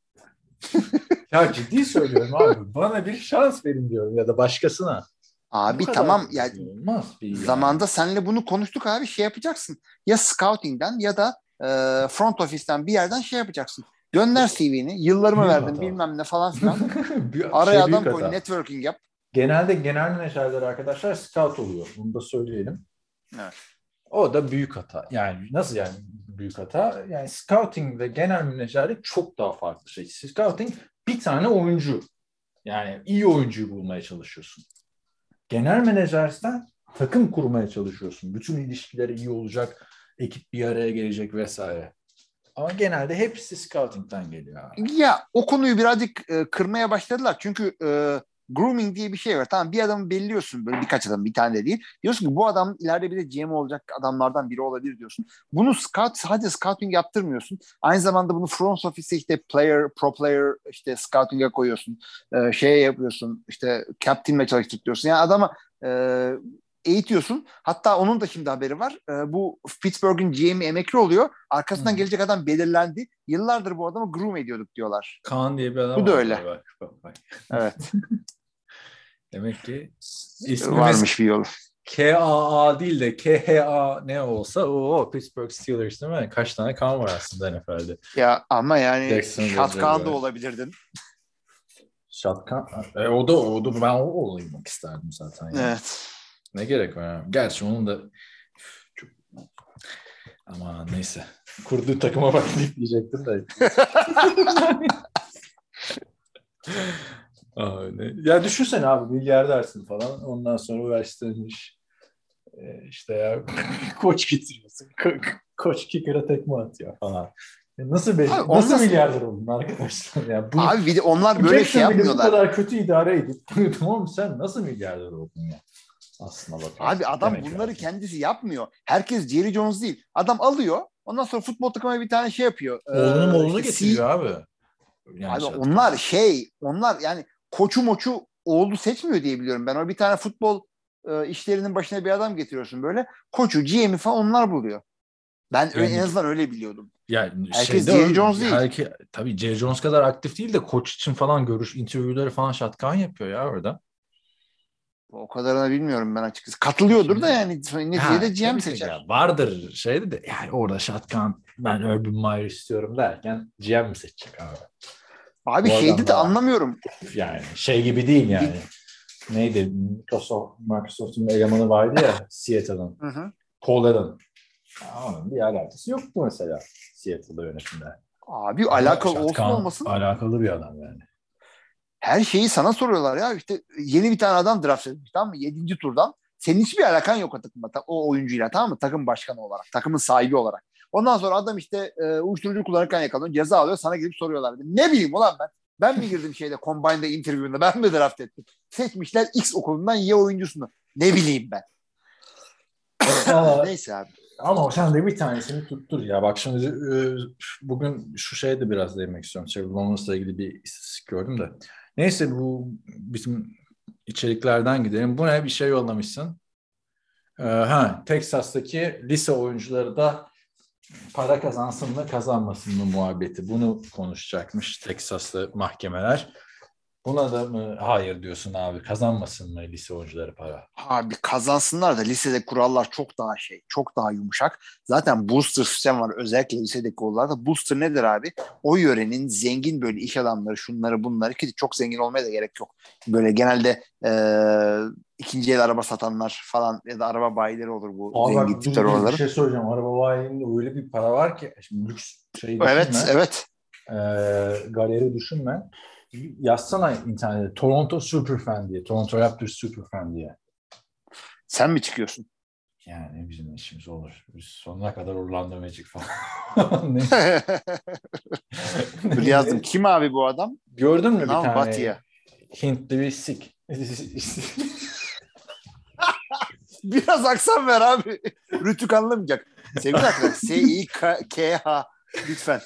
Ya ciddi söylüyorum abi. Bana bir şans verin diyorum ya da başkasına. Abi tamam ya yani. Zamanda seninle bunu konuştuk abi, şey yapacaksın. Ya scouting'den ya da front office'ten bir yerden şey yapacaksın. Gönder CV'ni. Yıllarımı verdim bilmem ne falan filan. Araya adam koy, networking yap. Genelde genel menajerler arkadaşlar scout oluyor. Bunu da söyleyelim. Evet. O da büyük hata. Yani nasıl yani büyük hata? Yani scouting ve genel menajerlik çok daha farklı şey. Scouting bir tane oyuncu. Yani iyi oyuncuyu bulmaya çalışıyorsun. Genel menajersen takım kurmaya çalışıyorsun. Bütün ilişkiler iyi olacak, ekip bir araya gelecek vesaire. Ama genelde hepsi scouting'den geliyor abi. Ya o konuyu birazcık kırmaya başladılar. Çünkü grooming diye bir şey var. Tamam, bir adamı belliyorsun, böyle birkaç adam, bir tane de değil. Diyorsun ki bu adam ileride bir de GM olacak adamlardan biri olabilir diyorsun. Bunu sadece scouting yaptırmıyorsun. Aynı zamanda bunu front office'e işte pro player işte scouting'e koyuyorsun. Şeye yapıyorsun, işte captain'le çalıştırıyorsun. Yani adama eğitiyorsun. Hatta onun da şimdi haberi var. Bu Pittsburgh'in GM'i emekli oluyor. Arkasından gelecek adam belirlendi. Yıllardır bu adamı groom ediyorduk diyorlar. Kaan diye bir adam bu da öyle. Bak. Evet. Demek ki varmış bir yolu. KAA değil de KHA ne olsa o Pittsburgh Steelers değil mi? Kaç tane Kaan var aslında NFL'de. Ya ama yani Shotgun da olabilirdin. Shotgun? O da ben o olmak isterdim zaten. Yani. Evet. Ne gerek var? Gerçi onun da çok... Ama neyse. Kurduğu takıma bak diyecektim de. Ya düşünsene abi milyardersın falan. Ondan sonra üniversitemiş. İşte ya koç getiriyorsun. Koç kicker'a tekme atıyor falan. Nasıl milyarder oldun arkadaşlar? Yani abi bir de onlar böyle şey yapmıyorlar. Bu kadar kötü idare edip tamam mı sen nasıl milyarder oldun ya? Aslına bakarsın. Abi adam bunları kendisi yapmıyor. Herkes Jerry Jones değil. Adam alıyor Ondan sonra futbol takımına bir tane şey yapıyor. Oğlunu işte getiriyor abi. Yani abi onlar yani koçu moçu oğlu seçmiyor diye biliyorum. Ben o bir tane futbol işlerinin başına bir adam getiriyorsun böyle. Koçu, GM'i falan onlar buluyor. Ben yani, en azından öyle biliyordum. yani Herkes Jerry Jones değil. Tabii Jerry Jones kadar aktif değil de koç için falan interview'ları falan shotgun yapıyor ya orada. O kadarını bilmiyorum ben açıkçası. Katılıyordur da yani neticede GM seçer. Ya, vardır şeyde de yani orada shotgun ben Urban Meyer istiyorum derken GM mi seçecek abi? Abi şeydi de anlamıyorum. Yani şey gibi değil yani. Neydi? Microsoft'un elemanı vardı ya Seattle'ın. Paul Allen. Onun bir alakası yoktu mesela Seattle'da yönetimde. Abi alakalı olsun olmasın. Alakalı bir adam yani. Her şeyi sana soruyorlar ya. İşte yeni bir tane adam draft edilmiş, tamam mı? 7. turdan. Senin hiçbir alakan yok o takımda. O oyuncuyla, tamam mı? Takım başkanı olarak. Takımın sahibi olarak. Ondan sonra adam işte uyuşturucu kullanırken yakalanıyor. Ceza alıyor. Sana gelip soruyorlar. Ne bileyim ulan ben. Ben mi girdim Combine'da interview'unda? Ben mi draft ettim? Seçmişler X okulundan Y oyuncusunu. Ne bileyim ben. Neyse abi. Ama sen de bir tanesini tuttur ya. Bak şimdi bugün şu şeye de biraz değinmek istiyorum. Trevor Lawrence'la ilgili bir istatistik gördüm de. Neyse bu bizim içeriklerden gidelim. Bu ne? Bir şey yollamışsın. Texas'taki lise oyuncuları da para kazansın mı kazanmasın mı muhabbeti. Bunu konuşacakmış Texas'ta mahkemeler. Buna da mı hayır diyorsun abi? Kazanmasın mı lise oyuncuları para? Abi kazansınlar da lisede kurallar çok daha yumuşak. Zaten booster sistem var özellikle lisedeki okullarda. Booster nedir abi? O yörenin zengin böyle iş adamları, şunları bunları, ki çok zengin olmaya da gerek yok. Böyle genelde ikinci el araba satanlar falan ya da araba bayileri olur bu zengin tipler oraları. Bir şey söyleyeceğim. Araba bayiliğinde öyle bir para var ki şimdi lüks şeyi düşünme. Evet. Galeri düşünme. Yazsana internette Toronto Superfan diye. Toronto Raptors Superfan diye. Sen mi çıkıyorsun? Yani bizim işimiz olur. Biz sonuna kadar Orlando Magic falan. Dur yazdım. Kim abi bu adam? Gördün mü bir tane? Batı'ya. Hintli bir sik. Biraz aksan ver abi. Rütük anlamayacak. Sevgili arkadaşlar. S-I-K-H lütfen.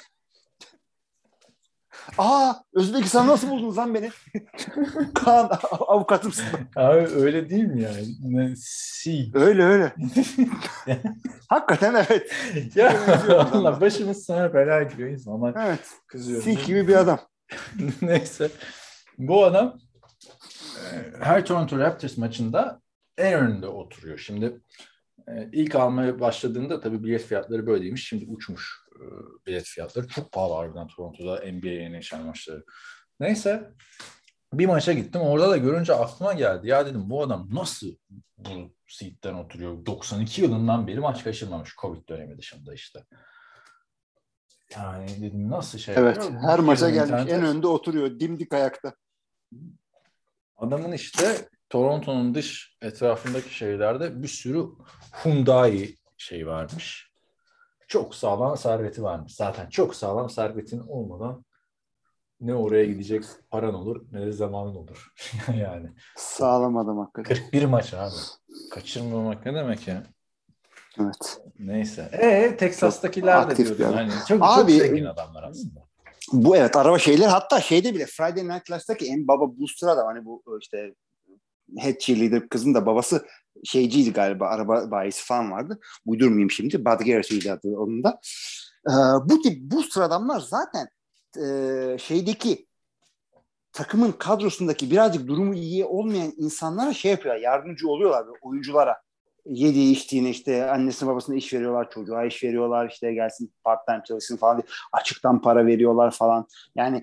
Özbekistan nasıl buldunuz lan beni? Kaan avukatımsın. Abi öyle değil mi yani? Öyle. Hakikaten evet. Ya Allah başımız sana bela giriyor insanlar. Evet. Kızıyor. Sik gibi bir adam. Neyse. Bu adam her Toronto Raptors maçında en önünde oturuyor. Şimdi ilk almaya başladığında tabii bilet fiyatları böyleymiş. Şimdi uçmuş bilet fiyatları. Çok pahalı harbiden Toronto'da NBA NHL maçları. Neyse bir maça gittim. Orada da görünce aklıma geldi. Ya dedim bu adam nasıl bu seat'ten oturuyor? 92 yılından beri maç kaçırmamış. Covid dönemi dışında işte. Yani dedim nasıl şey Evet. yapıyor? Her maça gelmiş. En önde oturuyor. Dimdik ayakta. Adamın işte Toronto'nun dış etrafındaki şeylerde bir sürü Hyundai şey varmış. Çok sağlam serveti varmış. Zaten çok sağlam servetin olmadan ne oraya gidecek paran olur ne de zamanın olur. Yani. Sağlam adam hakikaten. 41 maç abi. Kaçırmamak ne demek ya? Evet. Neyse. Texas'takiler de diyordun. Hani çok zengin adamlar aslında. Bu evet araba şeyler, hatta şeyde bile Friday Night Class'taki en baba Booster adam, hani bu işte head cheerleader kızın da babası şeyciydi galiba, araba bayisi falan vardı. Uydurmayayım şimdi. Bud Garrett'iydi adı onun da. Bu tip Booster adamlar zaten şeydeki takımın kadrosundaki birazcık durumu iyi olmayan insanlara şey yapıyorlar, yardımcı oluyorlar oyunculara. Yediği içtiğine işte annesine babasına iş veriyorlar, çocuğa iş veriyorlar, işte gelsin part time çalışsın falan diye açıktan para veriyorlar falan. Yani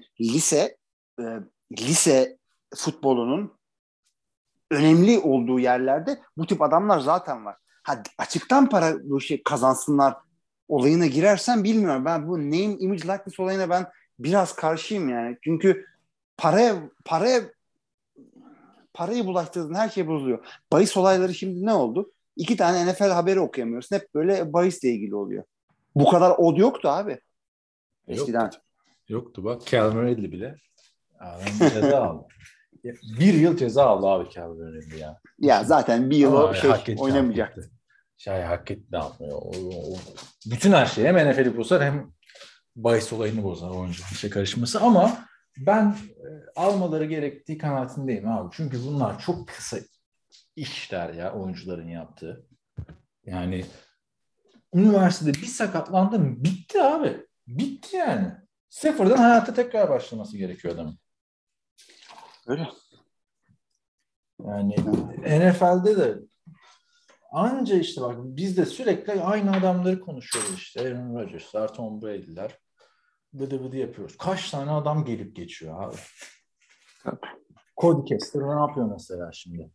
lise futbolunun önemli olduğu yerlerde bu tip adamlar zaten var. Açıktan para bu şey kazansınlar olayına girersen bilmiyorum. Ben bu name image likeness olayına ben biraz karşıyım yani. Çünkü parayı bulaştırdığın her şey bozuluyor. Bahis olayları şimdi ne oldu? 2 tane NFL haberi okuyamıyorsun. Hep böyle bahisle ilgili oluyor. Bu kadar od yoktu abi. Eskiden. Yoktu bak. Calvin Ridley bile ceza aldı. 1 yıl ceza aldı abi Calvin Ridley ya. Ya zaten bir yıl oynamayacak. şey hak etti de almıyor. Bütün her şey hem NFL'i bozar hem bahis olayını bozar oyuncu işe karışması ama ben almaları gerektiği kanaatindeyim abi. Çünkü bunlar çok kısa işler ya oyuncuların yaptığı. Yani üniversitede bir sakatlandı mı bitti abi. Bitti yani. Sıfırdan hayata tekrar başlaması gerekiyor adamın. Öyle. Yani NFL'de de anca işte bak biz de sürekli aynı adamları konuşuyoruz işte. Aaron Rodgers'lar, Tom Brady'ler. Bıdı bıdı yapıyoruz. Kaç tane adam gelip geçiyor abi. Cody Kessler ne yapıyor mesela şimdi?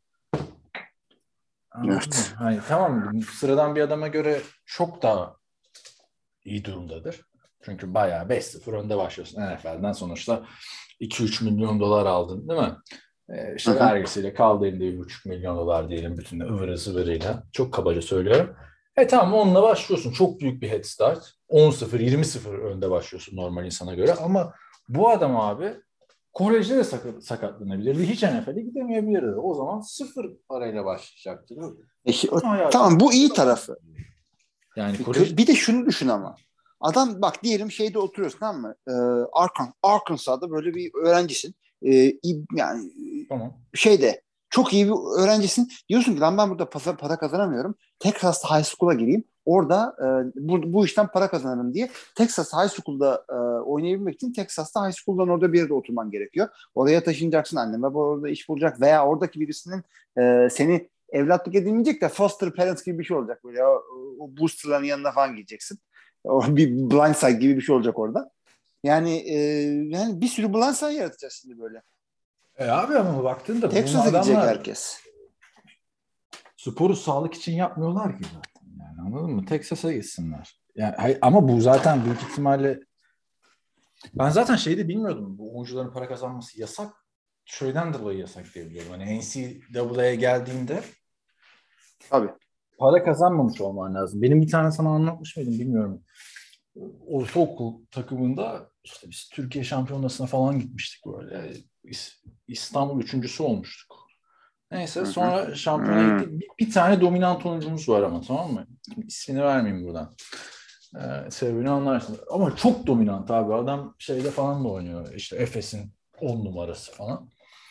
Evet. Hani tamam sıradan bir adama göre çok daha iyi durumdadır. Çünkü bayağı 5-0 önde başlıyorsun NFL'den sonuçta 2-3 milyon dolar aldın değil mi? İşte vergisiyle kaldı elinde 1,5 milyon dolar diyelim bütün ıvırı zıvırıyla. Çok kabaca söylüyorum. Tamam onunla başlıyorsun. Çok büyük bir head start. 10-0, 20-0 önde başlıyorsun normal insana göre. Ama bu adam abi kolejde de sakatlanabilirdi. Hiç NFL'e gidemeyebilirdi. O zaman sıfır parayla başlayacaktı. Tamam bu iyi tarafı. Yani bir de şunu düşün ama. Adam bak diyelim şeyde oturuyorsun tamam mı? Arkansas'da böyle bir öğrencisin. Yani tamam. Şeyde çok iyi bir öğrencisin. Diyorsun ki lan ben burada para kazanamıyorum. Texas'ta high school'a gireyim. Orada bu işten para kazanırım diye. Texas High School'da oynayabilmek için Texas'ta High School'dan orada bir yerde oturman gerekiyor. Oraya taşınacaksın. Annen baba orada iş bulacak veya oradaki birisinin seni evlatlık edinmeyecek de foster parents gibi bir şey olacak. Böyle o boosterların yanına falan gideceksin. O bir blindside gibi bir şey olacak orada. Yani bir sürü blindside yaratacağız şimdi böyle. Abi ama baktığında Texas'a gidecek herkes. Sporu sağlık için yapmıyorlar ki zaten. Yani anladın mı? Texas'a gitsinler. Yani, ama bu zaten büyük ihtimalle ben zaten şeyi de bilmiyordum. Bu oyuncuların para kazanması yasak. Şöyleden dolayı yasak diye biliyorum. Hani NCAA'ye geldiğinde tabii para kazanmamış olman lazım. Benim bir tane sana anlatmış mıydım bilmiyorum. Ortaokul takımında işte biz Türkiye şampiyonasına falan gitmiştik böyle. İstanbul üçüncüsü olmuştuk. Neyse sonra şampiyona gittik. Bir tane dominant oyuncumuz var ama tamam mı? İsmini vermeyeyim buradan. Sebebini anlarsın. Ama çok dominant abi. Adam şeyde falan da oynuyor. İşte Efes'in 10 numarası falan.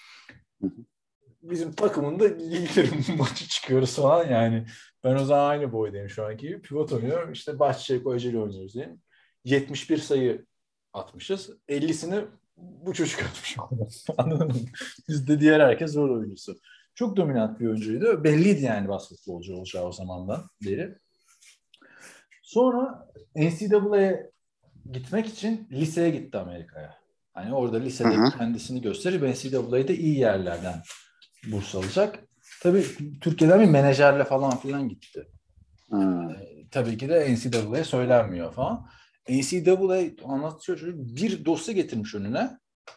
Bizim takımında liderim maçı çıkıyoruz falan yani. Ben o zaman aynı boydayım şu anki gibi. Pivot oynuyorum. İşte Bahçeşehir Kocaeli oynuyoruz diyelim. 71 sayı atmışız. 50'sini bu çocuk atmış. Anladın mı? Bizde diğer herkes rol oyuncusu. Çok dominant bir oyuncuydu. Belliydi yani basketbolcu olacağı o zamandan beri. Sonra NCAA'ye gitmek için liseye gitti Amerika'ya. Hani orada lisede kendisini gösterip NCAA'de iyi yerlerden burs alacak. Tabii Türkiye'den bir menajerle falan filan gitti. Tabii ki de NCAA'ye söylenmiyor falan. NCAA anlatıyor çocuk bir dosya getirmiş önüne.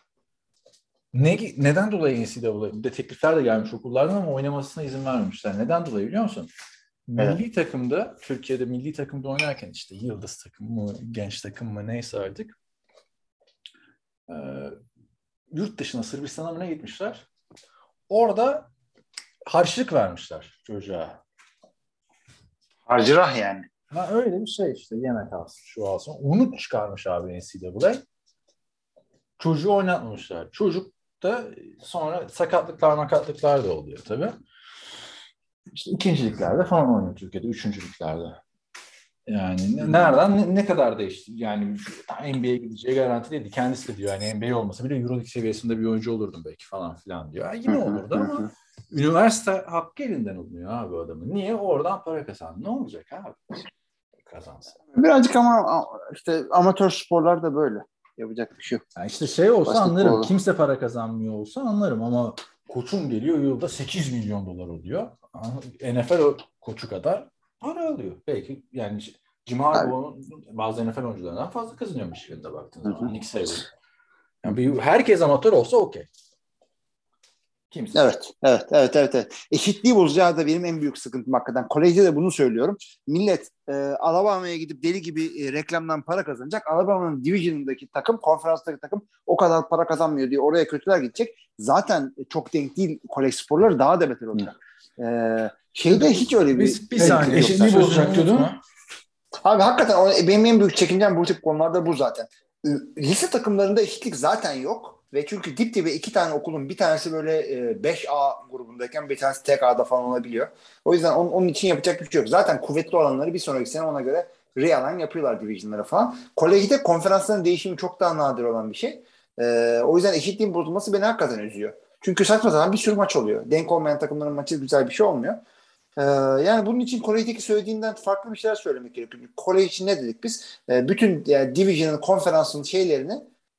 Neden dolayı NCAA? Bir de teklifler de gelmiş okullardan ama oynamasına izin vermemişler. Neden dolayı biliyor musun? Milli takımda, Türkiye'de milli takımda oynarken işte yıldız takım mı, genç takım mı neyse artık yurt dışına Sırbistan'a mı ne gitmişler? Orada harçlık vermişler çocuğa. Harcırah yani. Ha, öyle bir şey işte yemek alsın şu alsın. Onu çıkarmış abi NCAA. Çocuğu oynatmamışlar. Çocuk da sonra sakatlıklar da oluyor tabii. İşte ikinciliklerde falan oynuyor Türkiye'de. Üçüncülüklerde. Yani nereden ne kadar değişti? Yani NBA'ye gideceği garanti değildi. Kendisi de diyor yani NBA olmasa bile EuroLeague seviyesinde bir oyuncu olurdum belki falan filan diyor. Yani yine olurdu ama üniversite hakkı elinden alınıyor abi adamın. Niye? Oradan para kazandı. Ne olacak abi? Kazansın. Birazcık ama işte amatör sporlar da böyle. Yapacak bir şey yok. Yani işte şey olsa anlarım. Kimse para kazanmıyor olsa anlarım ama koçun geliyor yılda 8 milyon dolar oluyor. NFL o koçu kadar para alıyor. Belki yani Jim Harbaugh bazı NFL oyuncularından fazla kazanıyormuş yılda baktığın zaman. Nick Saban. Yani herkes amatör olsa okey. Kimse. Evet. Eşitliği bozacağı da benim en büyük sıkıntım hakikaten. Kolejde de bunu söylüyorum. Millet Alabama'ya gidip deli gibi reklamdan para kazanacak. Alabama'nın Division'daki takım, konferanstaki takım o kadar para kazanmıyor diye oraya kötüler gidecek. zaten çok denk değil, kolej sporları daha da beter olacak. Şeyde hiç öyle bir saniye eşitliği bozacak diyordun. Abi hakikaten benim en büyük çekincem bu tip konularda bu zaten. Lise takımlarında eşitlik zaten yok. Ve çünkü dip dibe 2 tane okulun bir tanesi böyle 5A grubundayken bir tanesi tek A'da falan olabiliyor. O yüzden onun için yapacak bir şey yok. Zaten kuvvetli olanları bir sonraki sene ona göre realign yapıyorlar division'lara falan. Kolejde konferansların değişimi çok daha nadir olan bir şey. O yüzden eşitliğin bozulması beni hakikaten üzüyor. Çünkü saçma sapan bir sürü maç oluyor. Denk olmayan takımların maçı güzel bir şey olmuyor. Yani bunun için kolejdeki söylediğinden farklı bir şeyler söylemek gerekiyor. Kolej için ne dedik biz? Bütün yani division'ın, konferansın şeylerini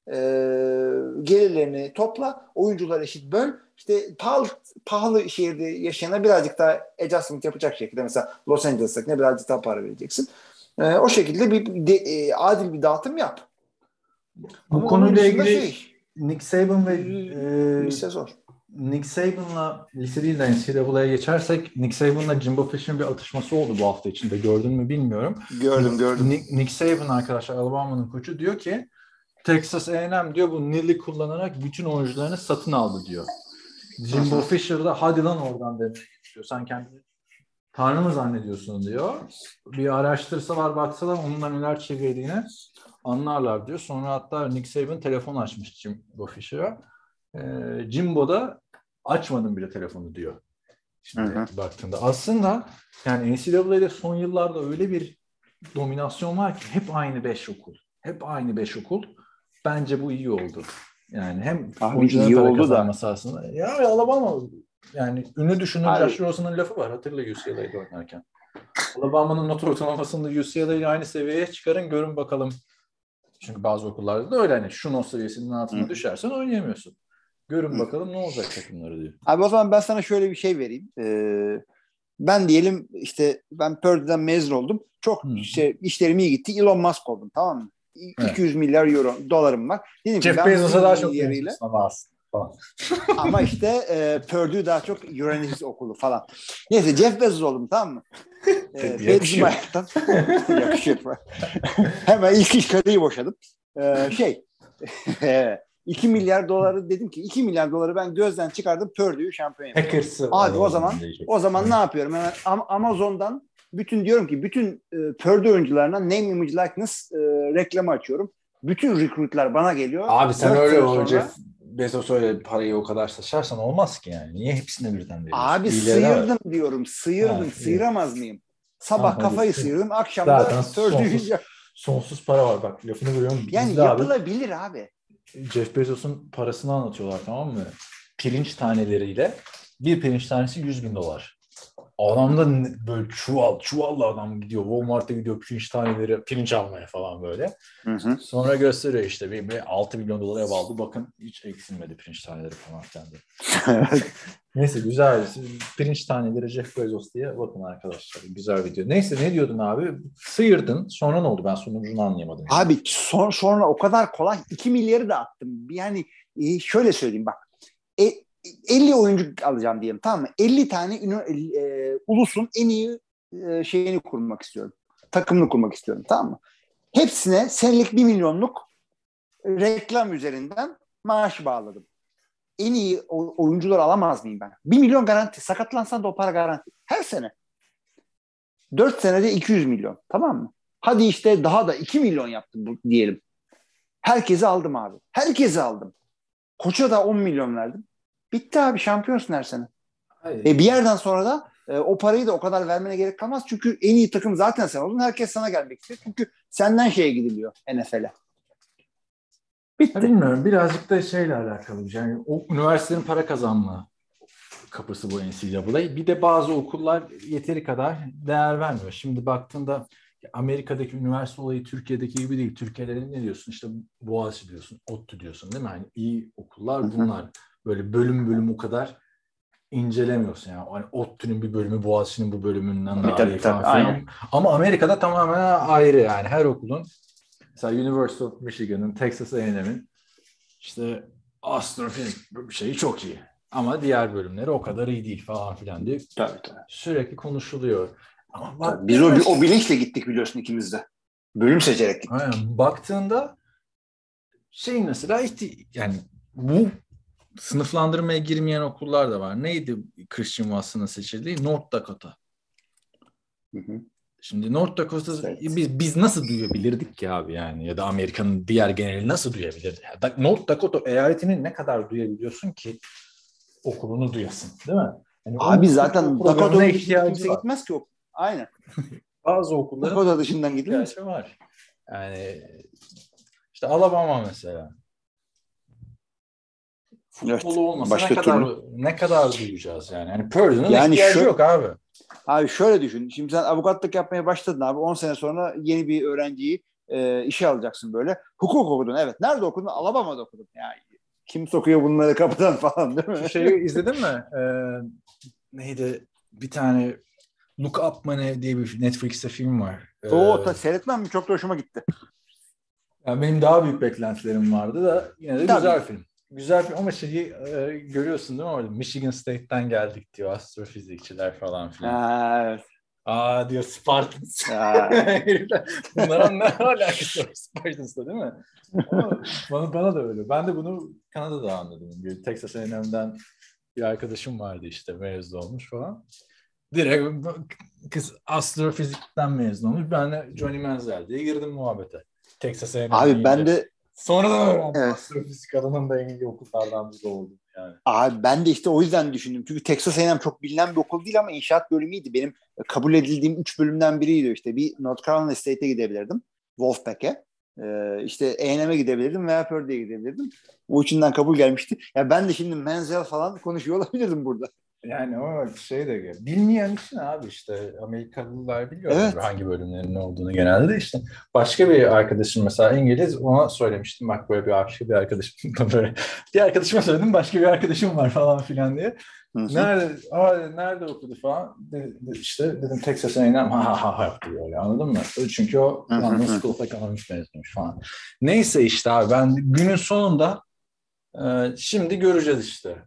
gelirlerini topla, oyuncular eşit böl. İşte pahalı şehirde yaşayana birazcık daha adjustment yapacak şekilde, mesela Los Angeles'takine birazcık daha para vereceksin. O şekilde adil bir dağıtım yap. Bu konuyla ilgili Nick Saban ve lise zor. Nick Saban'la lise değil de NCAA'ya geçersek, Nick Saban'la Jimbo Fisher'ın bir atışması oldu bu hafta içinde. Gördün mü bilmiyorum. Gördüm. Nick Saban arkadaşlar, Alabama'nın koçu, diyor ki Texas A&M diyor bu Nili kullanarak bütün oyuncularını satın aldı diyor. Jimbo Fisher da hadi lan oradan demeye getiriyor. Sen kendini tanrı mı zannediyorsun diyor. Bir araştırsalar baksalar onunla neler çevirdiğini anlarlar diyor. Sonra hatta Nick Saban telefon açmış Jimbo Fisher'a. Jimbo da açmadım bile telefonu diyor. Şimdi baktığında aslında yani NCAA'de son yıllarda öyle bir dominasyon var ki hep aynı 5 okul. Hep aynı 5 okul. Bence bu iyi oldu. Yani hem oyuncuların para kazanması aslında. Ya Alabama yani ünlü düşünür Josh Rosen'ın lafı var. Hatırla UCLA'da oynarken. Alabama'nın not ortalamasında UCLA'yı aynı seviyeye çıkarın görün bakalım. Çünkü bazı okullarda da öyle, hani şu not seviyesinin altına düşersen oynayamıyorsun. Görün bakalım ne olacak takımları diyor. Abi o zaman ben sana şöyle bir şey vereyim. Ben diyelim işte ben Purdue'den mezun oldum. Çok işlerim iyi gitti. Elon Musk oldum, tamam mı? 200 milyar dolarım var. Dedim Jeff Bezos'a daha çok ama işte Purdue daha çok Uranus okulu falan. Neyse Jeff Bezos oldum, tamam mı? Yakışıyor. Yakışıyor. Hemen ilk iş karıyı boşadım. 2 milyar doları dedim ki 2 milyar doları ben gözden çıkardım, Purdue'yu şampiyon yaptım. Abi o zaman ne yapıyorum? Hemen Amazon'dan diyorum ki bütün Purdue oyuncularına name, image, likeness reklamı açıyorum. Bütün recruitler bana geliyor. Abi sen öyle sonra... Jeff Bezos öyle parayı o kadar saçarsan olmaz ki yani. Niye hepsine birden veriyorsun? Abi sıyırdım diyorum. Sıyıramaz mıyım? Sabah kafayı sıyırdım. Akşam da Purdue'yu... Sonsuz para var bak. Lafını görüyorum. Yani yapılabilir abi. Jeff Bezos'un parasını anlatıyorlar, tamam mı? Pirinç taneleriyle bir pirinç tanesi $100,000. Adam da böyle çuvalla adam gidiyor. Walmart'a gidiyor pirinç almaya falan böyle. Sonra gösteriyor işte bir $6 milyon aldı. Bakın hiç eksilmedi pirinç taneleri falan filan diye. Neyse güzel. Pirinç taneleri Jeff Bezos diye bakın arkadaşlar. Güzel video. Neyse ne diyordun abi? Sıyırdın. Sonra ne oldu? Ben sonucunu anlayamadım. Abi sonra o kadar kolay. 2 milyarı da attım. Yani şöyle söyleyeyim bak. 50 oyuncu alacağım diyelim, tamam mı? 50 tane ulusun en iyi şeyini kurmak istiyorum. Takımını kurmak istiyorum, tamam mı? Hepsine senelik 1 milyonluk reklam üzerinden maaş bağladım. En iyi oyuncuları alamaz mıyım ben? 1 milyon garanti. Sakatlansan da o para garanti. Her sene. 4 senede 200 milyon. Tamam mı? Hadi işte daha da 2 milyon yaptım diyelim. Herkesi aldım abi. Herkesi aldım. Koça da 10 milyon verdim. Bitti abi, şampiyonsun her sene. Bir yerden sonra da o parayı da o kadar vermene gerek kalmaz. Çünkü en iyi takım zaten sen oldun. Herkes sana gelmek istiyor. Çünkü senden şeye gidiliyor NFL'e. Bitti. Bilmiyorum. Birazcık da şeyle alakalı. Yani o üniversitenin para kazanma kapısı bu NCAA. Bir de bazı okullar yeteri kadar değer vermiyor. Şimdi baktığında Amerika'daki üniversite olayı Türkiye'deki gibi değil. Türkiye'de ne diyorsun? İşte Boğaziçi diyorsun, ODTÜ diyorsun değil mi? Yani iyi okullar bunlar. Böyle bölüm o kadar incelemiyorsun yani. Hani ODTÜ'nün bir bölümü Boğaziçi'nin bu bölümünden daha iyi falan. Ama Amerika'da tamamen ayrı yani. Her okulun mesela University of Michigan'ın, Texas A&M'in işte astrofizik şeyi çok iyi. Ama diğer bölümleri o kadar iyi değil falan filan diye sürekli konuşuluyor. Ama bak, biz o bilinçle gittik biliyorsun ikimiz de. Bölüm seçerek gittik. Aynen. Baktığında şey mesela yani bu sınıflandırmaya girmeyen okullar da var. Neydi Christian Watson'ın seçildiği? North Dakota. Hı hı. Şimdi North Dakota Evet. biz nasıl duyabilirdik ki abi yani, ya da Amerika'nın diğer geneli nasıl duyabilirdi? North Dakota eyaletini ne kadar duyabiliyorsun ki okulunu duyasın, değil mi? Yani Abi onun zaten programına Dakota'nın dışında ihtiyacı kimse var. gitmez ki o. Aynen. Bazı okulların Dakota dışından gidilmez. ihtiyacı var. Yani işte Alabama mesela. Futbolu Evet, olmasa başka ne kadar duyacağız yani? Yani Purdue'nun Yani ihtiyacı yok abi. Abi şöyle düşün. Şimdi sen avukatlık yapmaya başladın abi. 10 sene sonra yeni bir öğrenciyi işe alacaksın böyle. Hukuk okudun. Evet. Nerede okudun? Alabama'da okudum. Yani kim sokuyor bunları kapıdan falan, değil mi? Şu şeyi izledin mi? Neydi? Bir tane Look Up mı ne diye bir Netflix'te film var. Seyretmem mi? Çok da hoşuma gitti. Yani benim daha büyük beklentilerim vardı da yine de Tabii. güzel film. Güzel film ama şeyi görüyorsun değil mi orada? Michigan State'ten geldik diyor astrofizikçiler falan filan. Evet. Diyor Spartans. Ha. Bunların ne alakası var Spartans'la, değil mi? Ama bana da öyle. Ben de bunu Kanada'da anladım. Bir Texas A&M'den bir arkadaşım vardı işte, mezun olmuş falan. Direkt kız astrofizikten mezun olmuş. Ben de Johnny Manziel diye girdim muhabbete. Texas A&M Abi ben de sonradan öğrendim evet. Astrofizik alanının da en iyi okullardan biri olduğunu yani. Abi ben de işte o yüzden düşündüm. Çünkü Texas A&M çok bilinen bir okul değil ama inşaat bölümüydü. Benim kabul edildiğim 3 bölümden biriydi işte. Bir North Carolina State'e gidebilirdim. Wolfpack'e. İşte A&M'e gidebilirdim veya Purdue'ye gidebilirdim. O üçünden kabul gelmişti. Ya ben de şimdi Manziel falan konuşuyor olabilirdim burada. Yani o şey de bilmeyen için abi, işte Amerikalılar biliyor Evet. hangi bölümlerin ne olduğunu genelde de işte. Başka bir arkadaşım mesela İngiliz, ona söylemiştim bak böyle başka bir arkadaşım böyle bir arkadaşıma söyledim, başka bir arkadaşım var falan filan diye. Nerede okudu falan işte dedim Texas A&M ha yaptı böyle, anladın mı? Çünkü o London School of Economics mezunmuş falan. Neyse işte abi ben günün sonunda şimdi göreceğiz işte.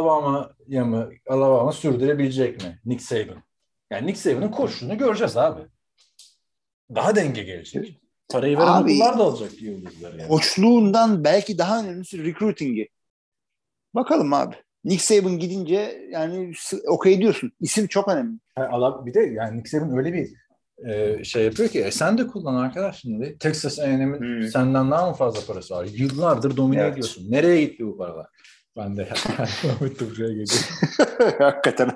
Alabama sürdürebilecek mi Nick Saban? Yani Nick Saban'ın koştuğunu göreceğiz abi. Daha denge gelecek. Parayı veren Abi, okullar da alacak yıldızları. Yani. Koçluğundan belki daha önemlisi recruiting'i. Bakalım abi. Nick Saban gidince yani okey diyorsun. İsim çok önemli. Bir de yani Nick Saban öyle bir şey yapıyor ki sen de kullan arkadaş şimdi. Texas A&M'in senden daha mı fazla parası var? Yıllardır domine ediyorsun. Nereye gitti bu paralar? Ben de buraya geliyorum. Hakikaten.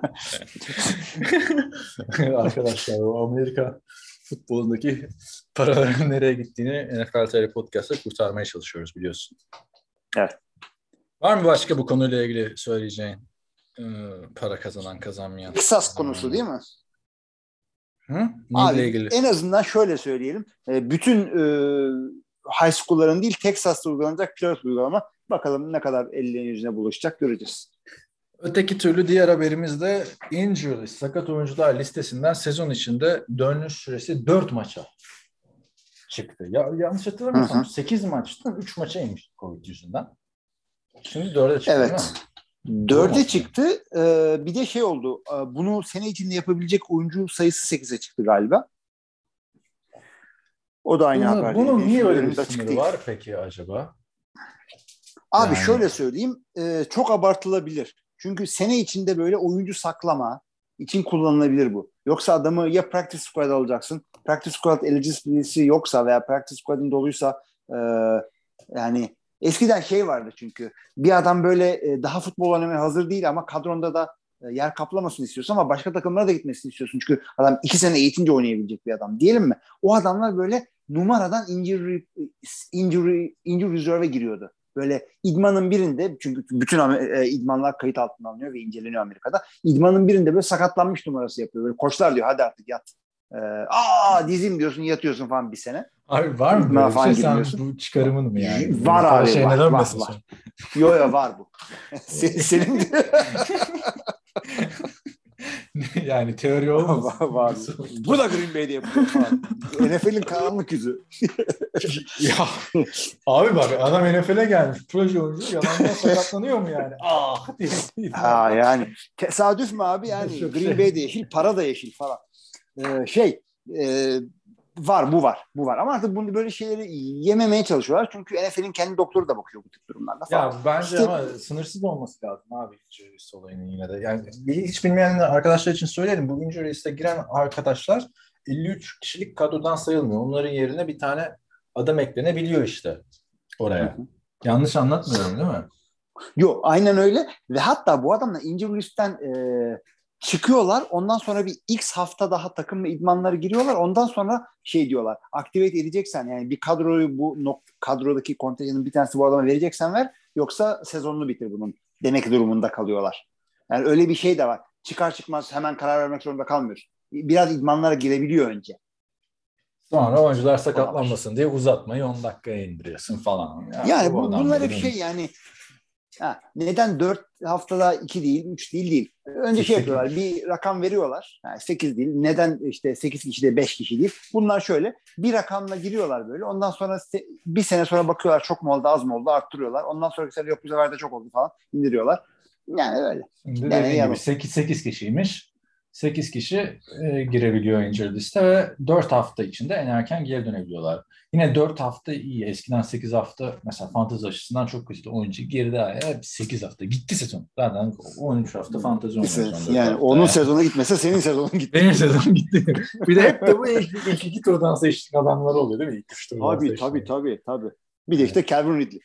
Arkadaşlar o Amerika futbolundaki paraların nereye gittiğini NFL TR Podcast'ta kurtarmaya çalışıyoruz, biliyorsun. Evet. Var mı başka bu konuyla ilgili söyleyeceğin? Para kazanmayan. Texas konusu değil mi? Hı? Abi ilgili? en azından şöyle söyleyelim. Bütün high school'ların değil Texas'ta uygulanacak pilot uygulama. Bakalım ne kadar ellerinin yüzüne bulaşacak göreceğiz. Öteki türlü diğer haberimiz de injury list, sakat oyuncular listesinden sezon içinde dönüş süresi 4 maça çıktı. Yanlış hatırlamıyorsam 8 maçtan 3 maça inmiş Covid yüzünden. Şimdi 4'e çıktı, evet. değil mi? 4'e çıktı. Bir de şey oldu. Bunu sene içinde yapabilecek oyuncu sayısı 8'e çıktı galiba. O da aynı haber. Bunun niye öyle bir sınırı var peki acaba? Abi şöyle söyleyeyim. Çok abartılabilir. Çünkü sene içinde böyle oyuncu saklama için kullanılabilir bu. Yoksa adamı ya practice squad alacaksın. Practice squad eligibility'si yoksa veya practice squad'ın doluysa yani eskiden şey vardı çünkü. Bir adam böyle daha futbol oynamaya hazır değil ama kadronda da yer kaplamasını istiyorsun ama başka takımlara da gitmesini istiyorsun. Çünkü adam 2 sene eğitince oynayabilecek bir adam. Diyelim mi? O adamlar böyle numaradan injury reserve'e giriyordu. Böyle idmanın birinde, çünkü bütün idmanlar kayıt altına alınıyor ve inceleniyor Amerika'da. İdmanın birinde böyle sakatlanmış numarası yapıyor. Böyle koçlar diyor hadi artık yat. Dizim diyorsun, yatıyorsun falan bir sene. Abi var mı böyle bir şey? Sen bu çıkarımın mı yani? Var abi. Şey var. Yo var bu. Senin yani teori olmasın. var. Bu da Green Bay'de yapıyor falan. NFL'in karanlık yüzü. Ya abi bak adam NFL'e gelmiş. Proje oyuncu yalandan sakatlanıyor mu yani? Diye. Yani tesadüf mü abi yani? Green Bay'de yeşil, para da yeşil falan. Bu var. Ama artık bunu böyle şeyleri yememeye çalışıyorlar. Çünkü NFL'in kendi doktoru da bakıyor bu tip durumlarda falan. Ya bence ama sınırsız olması lazım abi injury list olayının yine de. Yani hiç bilmeyen arkadaşlar için söyleyelim. Bu injury liste giren arkadaşlar 53 kişilik kadrodan sayılmıyor. Onların yerine bir tane adam eklenebiliyor işte oraya. Yanlış anlatmıyorum değil mi? Yok, aynen öyle. Ve hatta bu adamlar injury list'ten çıkıyorlar. Ondan sonra bir X hafta daha takım ve idmanları giriyorlar. Ondan sonra şey diyorlar. Activate edeceksen yani bir kadroyu kadrodaki kontenjanın bir tanesi bu adama vereceksen ver. Yoksa sezonunu bitir bunun demek durumunda kalıyorlar. Yani öyle bir şey de var. Çıkar çıkmaz hemen karar vermek zorunda kalmıyorsun. Biraz idmanlara girebiliyor önce. Sonra oyuncular sakatlanmasın diye uzatmayı 10 dakikaya indiriyorsun falan. Yani bunlar hep şey yani neden 4 haftada 2 değil, 3 değil. Önce şey yapıyorlar, bir rakam veriyorlar. Yani 8 değil. Neden işte 8 kişi de 5 kişi değil. Bunlar şöyle bir rakamla giriyorlar böyle. Ondan sonra bir sene sonra bakıyorlar çok mu oldu, az mı oldu, arttırıyorlar. Ondan sonraki sene yok bu sefer de çok oldu falan indiriyorlar. Yani öyle. Şimdi dediğim gibi 8 kişiymiş. 8 kişi girebiliyor injured liste ve 4 hafta içinde en erken geri dönebiliyorlar. Yine 4 hafta iyi. Eskiden 8 hafta mesela fantezi açısından çok kötü. Oyuncu geride hep 8 hafta. Gitti sezon. Zaten 13 hafta fantezi oynuyoruz. Yani onun sezonu gitmese senin sezonun gitti. Benim sezonum gitti. Bir de hep de bu ilk 2 turdan seçtiğin adamlar oluyor değil mi? İlk 3 turdan Tabii. Bir de işte Calvin Ridley.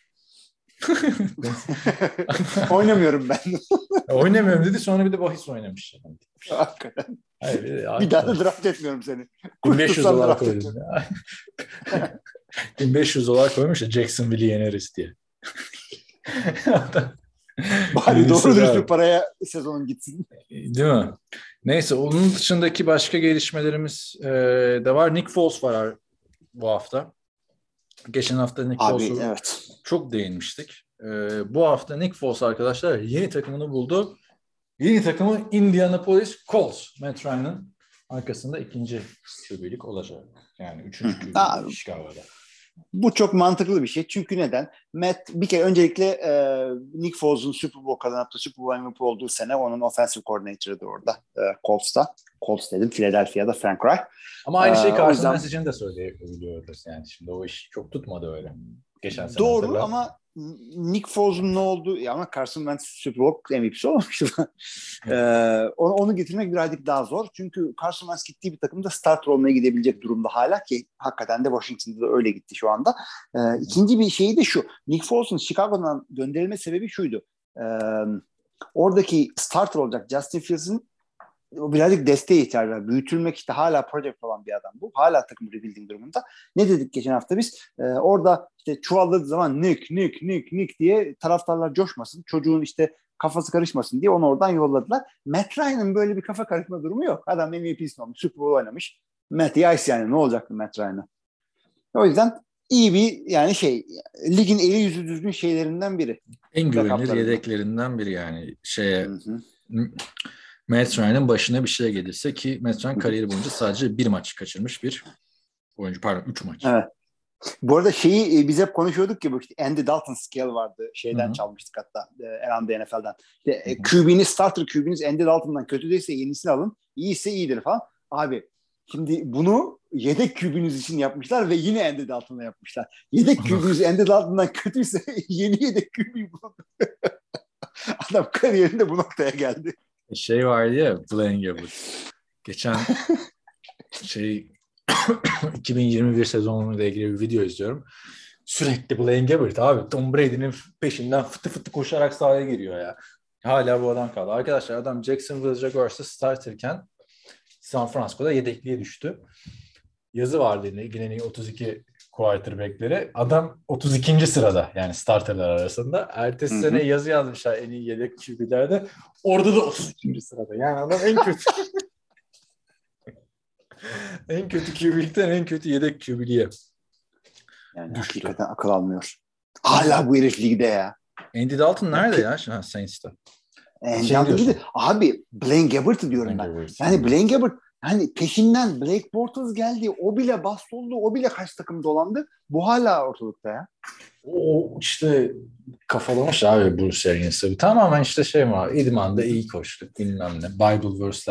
Oynamıyorum ben. Oynamıyorum dedi sonra bir de bahis oynamış. Hakikaten. Hayır, bir daha da draft etmiyorum seni. $1500 koydum ya. $1500 koymuş ya Jacksonville'i yeneriz diye. Bari doğru dürüst bir paraya sezonun gitsin. Değil mi? Neyse onun dışındaki başka gelişmelerimiz de var. Nick Foles var bu hafta. Geçen hafta Nick Foles'u çok değinmiştik. Bu hafta Nick Foles arkadaşlar yeni takımını buldu. Yeni takımı Indianapolis Colts. Matt Ryan'ın arkasında ikinci QB'lik olacak. Yani üçüncü QB'lik Chicago'da. Bu çok mantıklı bir şey. Çünkü neden? Bir kere öncelikle Nick Foles'un Super Bowl kazanıp da Super Bowl MVP olduğu sene onun offensive coordinator'ıydı orada Colts'ta. Colts dedim. Philadelphia'da Frank Reich. Ama aynı şeyi Carson Wentz için de söyleyebiliyoruz. Yani şimdi o iş çok tutmadı öyle. Geçen sene doğru hatırla. Ama Nick Foles'un ne olduğu ama Carson Wentz Super Bowl MVP'si olmamıştı. Onu getirmek birazcık daha zor. Çünkü Carson Wentz gittiği bir takımda starter olmaya gidebilecek durumda hala ki hakikaten de Washington'da da öyle gitti şu anda. İkinci bir şey de şu. Nick Foles'un Chicago'dan gönderilme sebebi şuydu. Oradaki starter olacak Justin Fields'in birazcık desteğe ihtiyacı var. Büyütülmek işte hala project olan bir adam bu. Hala takım rebuilding durumunda. Ne dedik geçen hafta biz? Orada işte çuvalladığı zaman Nick diye taraftarlar coşmasın. Çocuğun işte kafası karışmasın diye onu oradan yolladılar. Matt Ryan'ın böyle bir kafa karışma durumu yok. Adam MVP'sini olmuş. Super Bowl oynamış. Matt Ice yani ne olacaktı Matt Ryan'a? O yüzden iyi bir yani ligin eli yüzü düzgün şeylerinden biri. En güvenilir yedeklerinden biri yani Matt Ryan'ın başına bir şey gelirse ki Matt Ryan kariyeri boyunca sadece bir maç kaçırmış bir oyuncu. Pardon 3 maç. Evet. Bu arada biz hep konuşuyorduk ki bu işte Andy Dalton scale vardı. Çalmıştık hatta herhalde NFL'den. Starter QB'niz Andy Dalton'dan kötü değilse yenisini alın. İyiyse iyidir falan. Abi şimdi bunu yedek QB'niz için yapmışlar ve yine Andy Dalton'la yapmışlar. Yedek QB'niz Andy Dalton'dan kötüyse yeni yedek QB'yi bulun. Adam kariyerinde bu noktaya geldi. Vardı ya Blaine Gabbert. Geçen 2021 sezonuyla ilgili bir video izliyorum. Sürekli Blaine Gabbert abi. Tom Brady'nin peşinden fıtı fıtı koşarak sahaya giriyor ya. Hala bu adam kaldı. Arkadaşlar adam Jacksonville Jaguars'ta starterken San Francisco'da yedekliğe düştü. Yazı vardı ilgilenen 32 quarterback'leri. Adam 32. sırada yani starterlar arasında. Ertesi sene yazı yazmışlar en iyi yedek QB'lerde. Orada da 32. sırada. Yani adam en kötü en kötü QB'likten en kötü yedek QB'liye yani düştü. Hakikaten akıl almıyor. Hala bu herif ligde ya. Andy Dalton nerede ya? Saints'ta. Andy Dalton abi Blaine Gabbert'ı diyorum ben. Yani Blaine Gabbert hani peşinden Blake Bortles geldi. O bile bastoldu. O bile kaç takım dolandı. Bu hala ortalıkta ya. O işte kafalamış abi Bruce Arians'ı. Tamamen işte var. İdman'da iyi koştuk bilmem ne. Bible verse'ler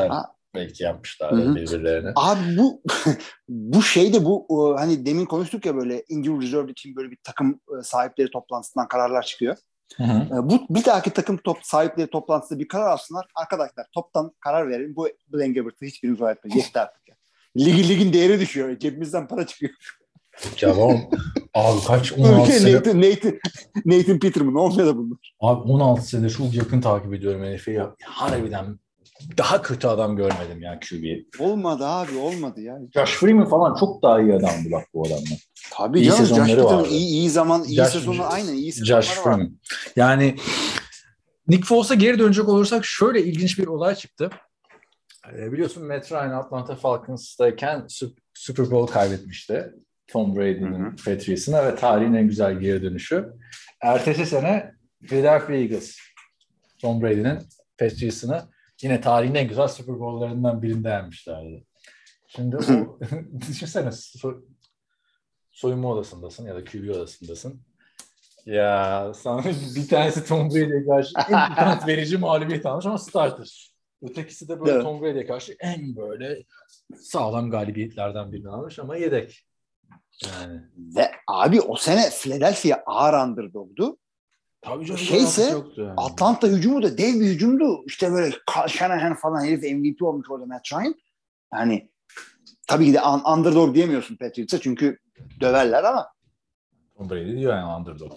belki yapmışlardır birbirlerine. Abi bu şeyde hani demin konuştuk ya böyle injury reserve için böyle bir takım sahipleri toplantısından kararlar çıkıyor. Bu bir dahaki takım sahipleri toplantısında bir karar alsınlar. Arkadaşlar toptan karar verin. Bu Blaine Gabbert'ı hiçbiriniz öğretmeyin. Yeter artık ya. Ligin değeri düşüyor. Cebimizden para çıkıyor. Ya abi kaç 16 sene. Nathan Peterman olmuyor da bunlar. Abi 16 sene çok yakın takip ediyorum NFL'yi. Harbiden daha kötü adam görmedim ya QB'yi. Olmadı abi olmadı ya. Josh Freeman falan çok daha iyi adamdı bak bu adamlar. Tabii iyi canım. sezonları vardı. iyi sezonu aynen iyi sezonları Josh var. Freeman. Yani Nick Foles'a geri dönecek olursak şöyle ilginç bir olay çıktı. Biliyorsun Matt Ryan Atlanta Falcons'tayken Super Bowl kaybetmişti. Tom Brady'nin Patriots'ına ve tarihin en güzel geri dönüşü. Ertesi sene Philadelphia Eagles Tom Brady'nin Patriots'ına yine tarihin en güzel Super Bowl'larından birinde yenmişlerdi. Şimdi o düşünsene soyunma odasındasın ya da QB odasındasın. Ya sana bir tanesi Tom Brady'ye karşı en utanç verici mağlubiyet almış ama starter. Ötekisi de böyle Tom Brady'ye karşı en böyle sağlam galibiyetlerden birini almış ama yedek. Yani. Ve abi o sene Philadelphia ağır underdog'du. Tabii canım. Yani. Atlanta hücumu da dev bir hücumdu. İşte böyle Shanahan falan herif MVP olmuş orada Matt Ryan. Yani tabii ki de underdog diyemiyorsun Patriots'a çünkü döverler ama. Tom Brady diyor yani underdog.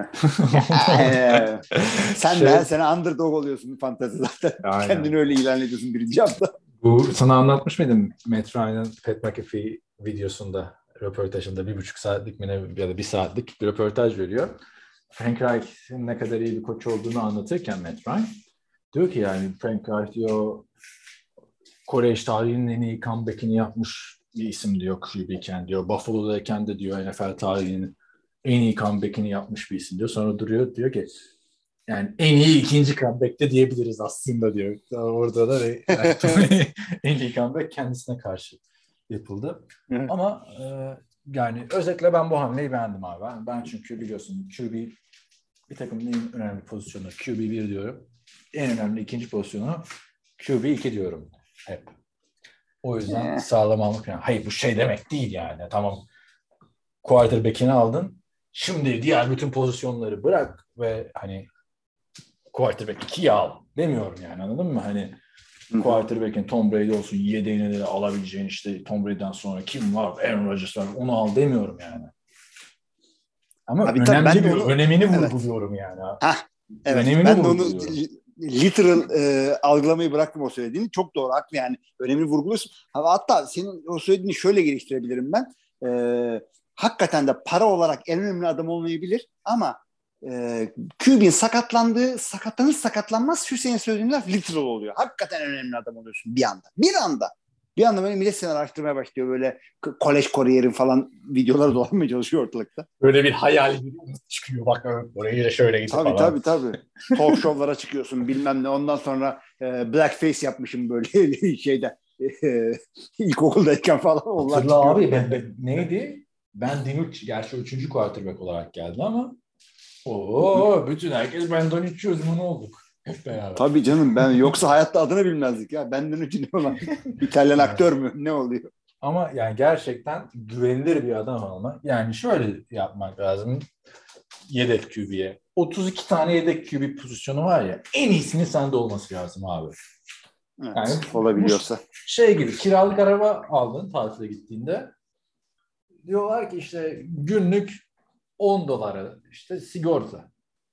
Sen de her sene underdog oluyorsun fantezi zaten. Aynen. Kendini öyle ilan ediyorsun birinci hafta. Bu sana anlatmış mıydım? Matt Ryan'ın Pat McAfee videosunda, röportajında 1,5 saatlik mi ya da 1 saatlik bir röportaj veriyor. Frank Reich'in ne kadar iyi bir koç olduğunu anlatırken Matt Ryan diyor ki yani Frank Reich diyor Kolej tarihinin en iyi comeback'ini yapmış bir isim diyor QB'ken diyor. Buffalo'dayken de diyor NFL tarihinin en iyi comeback'ini yapmış bir isim diyor. Sonra duruyor diyor ki yani en iyi ikinci comeback'te diyebiliriz aslında diyor. Orada da en iyi comeback kendisine karşı yapıldı. Evet. Ama yani özetle ben bu hamleyi beğendim abi. Ben çünkü biliyorsun QB bir takımın en önemli pozisyonu QB1 diyorum. En önemli ikinci pozisyonu QB2 diyorum hep. O yüzden sağlam almak yani. Hayır bu şey demek değil yani. Tamam quarterback'ini aldın. Şimdi diğer bütün pozisyonları bırak ve hani quarterback 2'yi al. Demiyorum yani anladın mı? Hani quarterback'in Tom Brady olsun yedeğini de alabileceğin işte Tom Brady'den sonra kim var? Aaron Rodgers var. Onu al demiyorum yani. Ama abi, önemini vurguluyorum yani. Evet. Önemini ben de onu literal algılamayı bıraktım o söylediğini. Çok doğru haklı yani. Önemini vurguluyorsun. Hatta senin o söylediğini şöyle geliştirebilirim ben. Hakikaten de para olarak en önemli adam olmayabilir ama QB'nin sakatlanmaz şu senin söylediğin laf literal oluyor. Hakikaten en önemli adam oluyorsun bir anda. Bir anda böyle millet seni araştırmaya başlıyor böyle kolej kariyerin falan videoları dolanmaya çalışıyor ortalıkta. Böyle bir hayal çıkıyor bak oraya da şöyle gidip falan. Tabii. Talk show'lara çıkıyorsun bilmem ne. Ondan sonra blackface yapmışım böyle şeyde ilkokuldayken falan. Hatırla abi neydi? Ben Dinucci gerçi 3. quarterback olarak geldi ama bütün herkes Ben Dinucci uzmanı olduk. Hep beraber. Tabii canım ben yoksa hayatta adını bilmezdik ya. Ben Dinucci ne olan? İtalyan aktör mü? Ne oluyor? Ama yani gerçekten güvenilir bir adam olmak. Yani şöyle yapmak lazım. Yedek QB'ye. 32 tane yedek QB pozisyonu var ya. En iyisinin sende olması lazım abi. Evet, yani olabiliyorsa. Şey gibi kiralık araba aldın tatile gittiğinde. Diyorlar ki işte günlük $10 işte sigorta.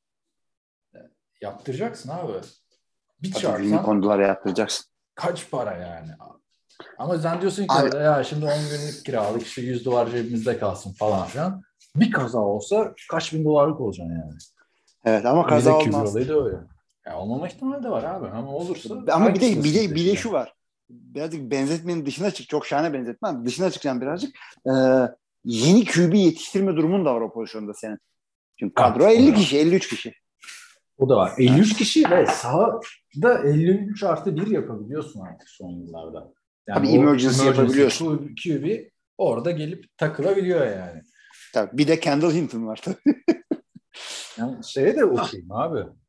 Yaptıracaksın abi. Bir çarpsan. Günlük $10 yaptıracaksın. Kaç para yani? Ama sen diyorsun ki orada ya şimdi 10 günlük kiralık işte $100 cebimizde kalsın falan filan. Bir kaza olsa kaç bin dolarlık olacaksın yani. Evet ama kaza olmaz. Olayı da öyle. Ya olmama ihtimali de var abi ama olursa. Ama bir de şu var. Birazcık benzetmenin dışına çık. Çok şahane benzetme ama dışına çıkacağım birazcık. Yeni QB yetiştirme durumun da var o pozisyonda senin. Çünkü kadro 50 kişi, 53 kişi. O da var. 53 kişi ve sahada 53+1 yapabiliyorsun artık son yıllarda. Yani tabii emergency yapabiliyorsun. QB orada gelip takılabiliyor yani. Tabii bir de Kendall Hinton var tabii. Yani şeye de okuyayım abi.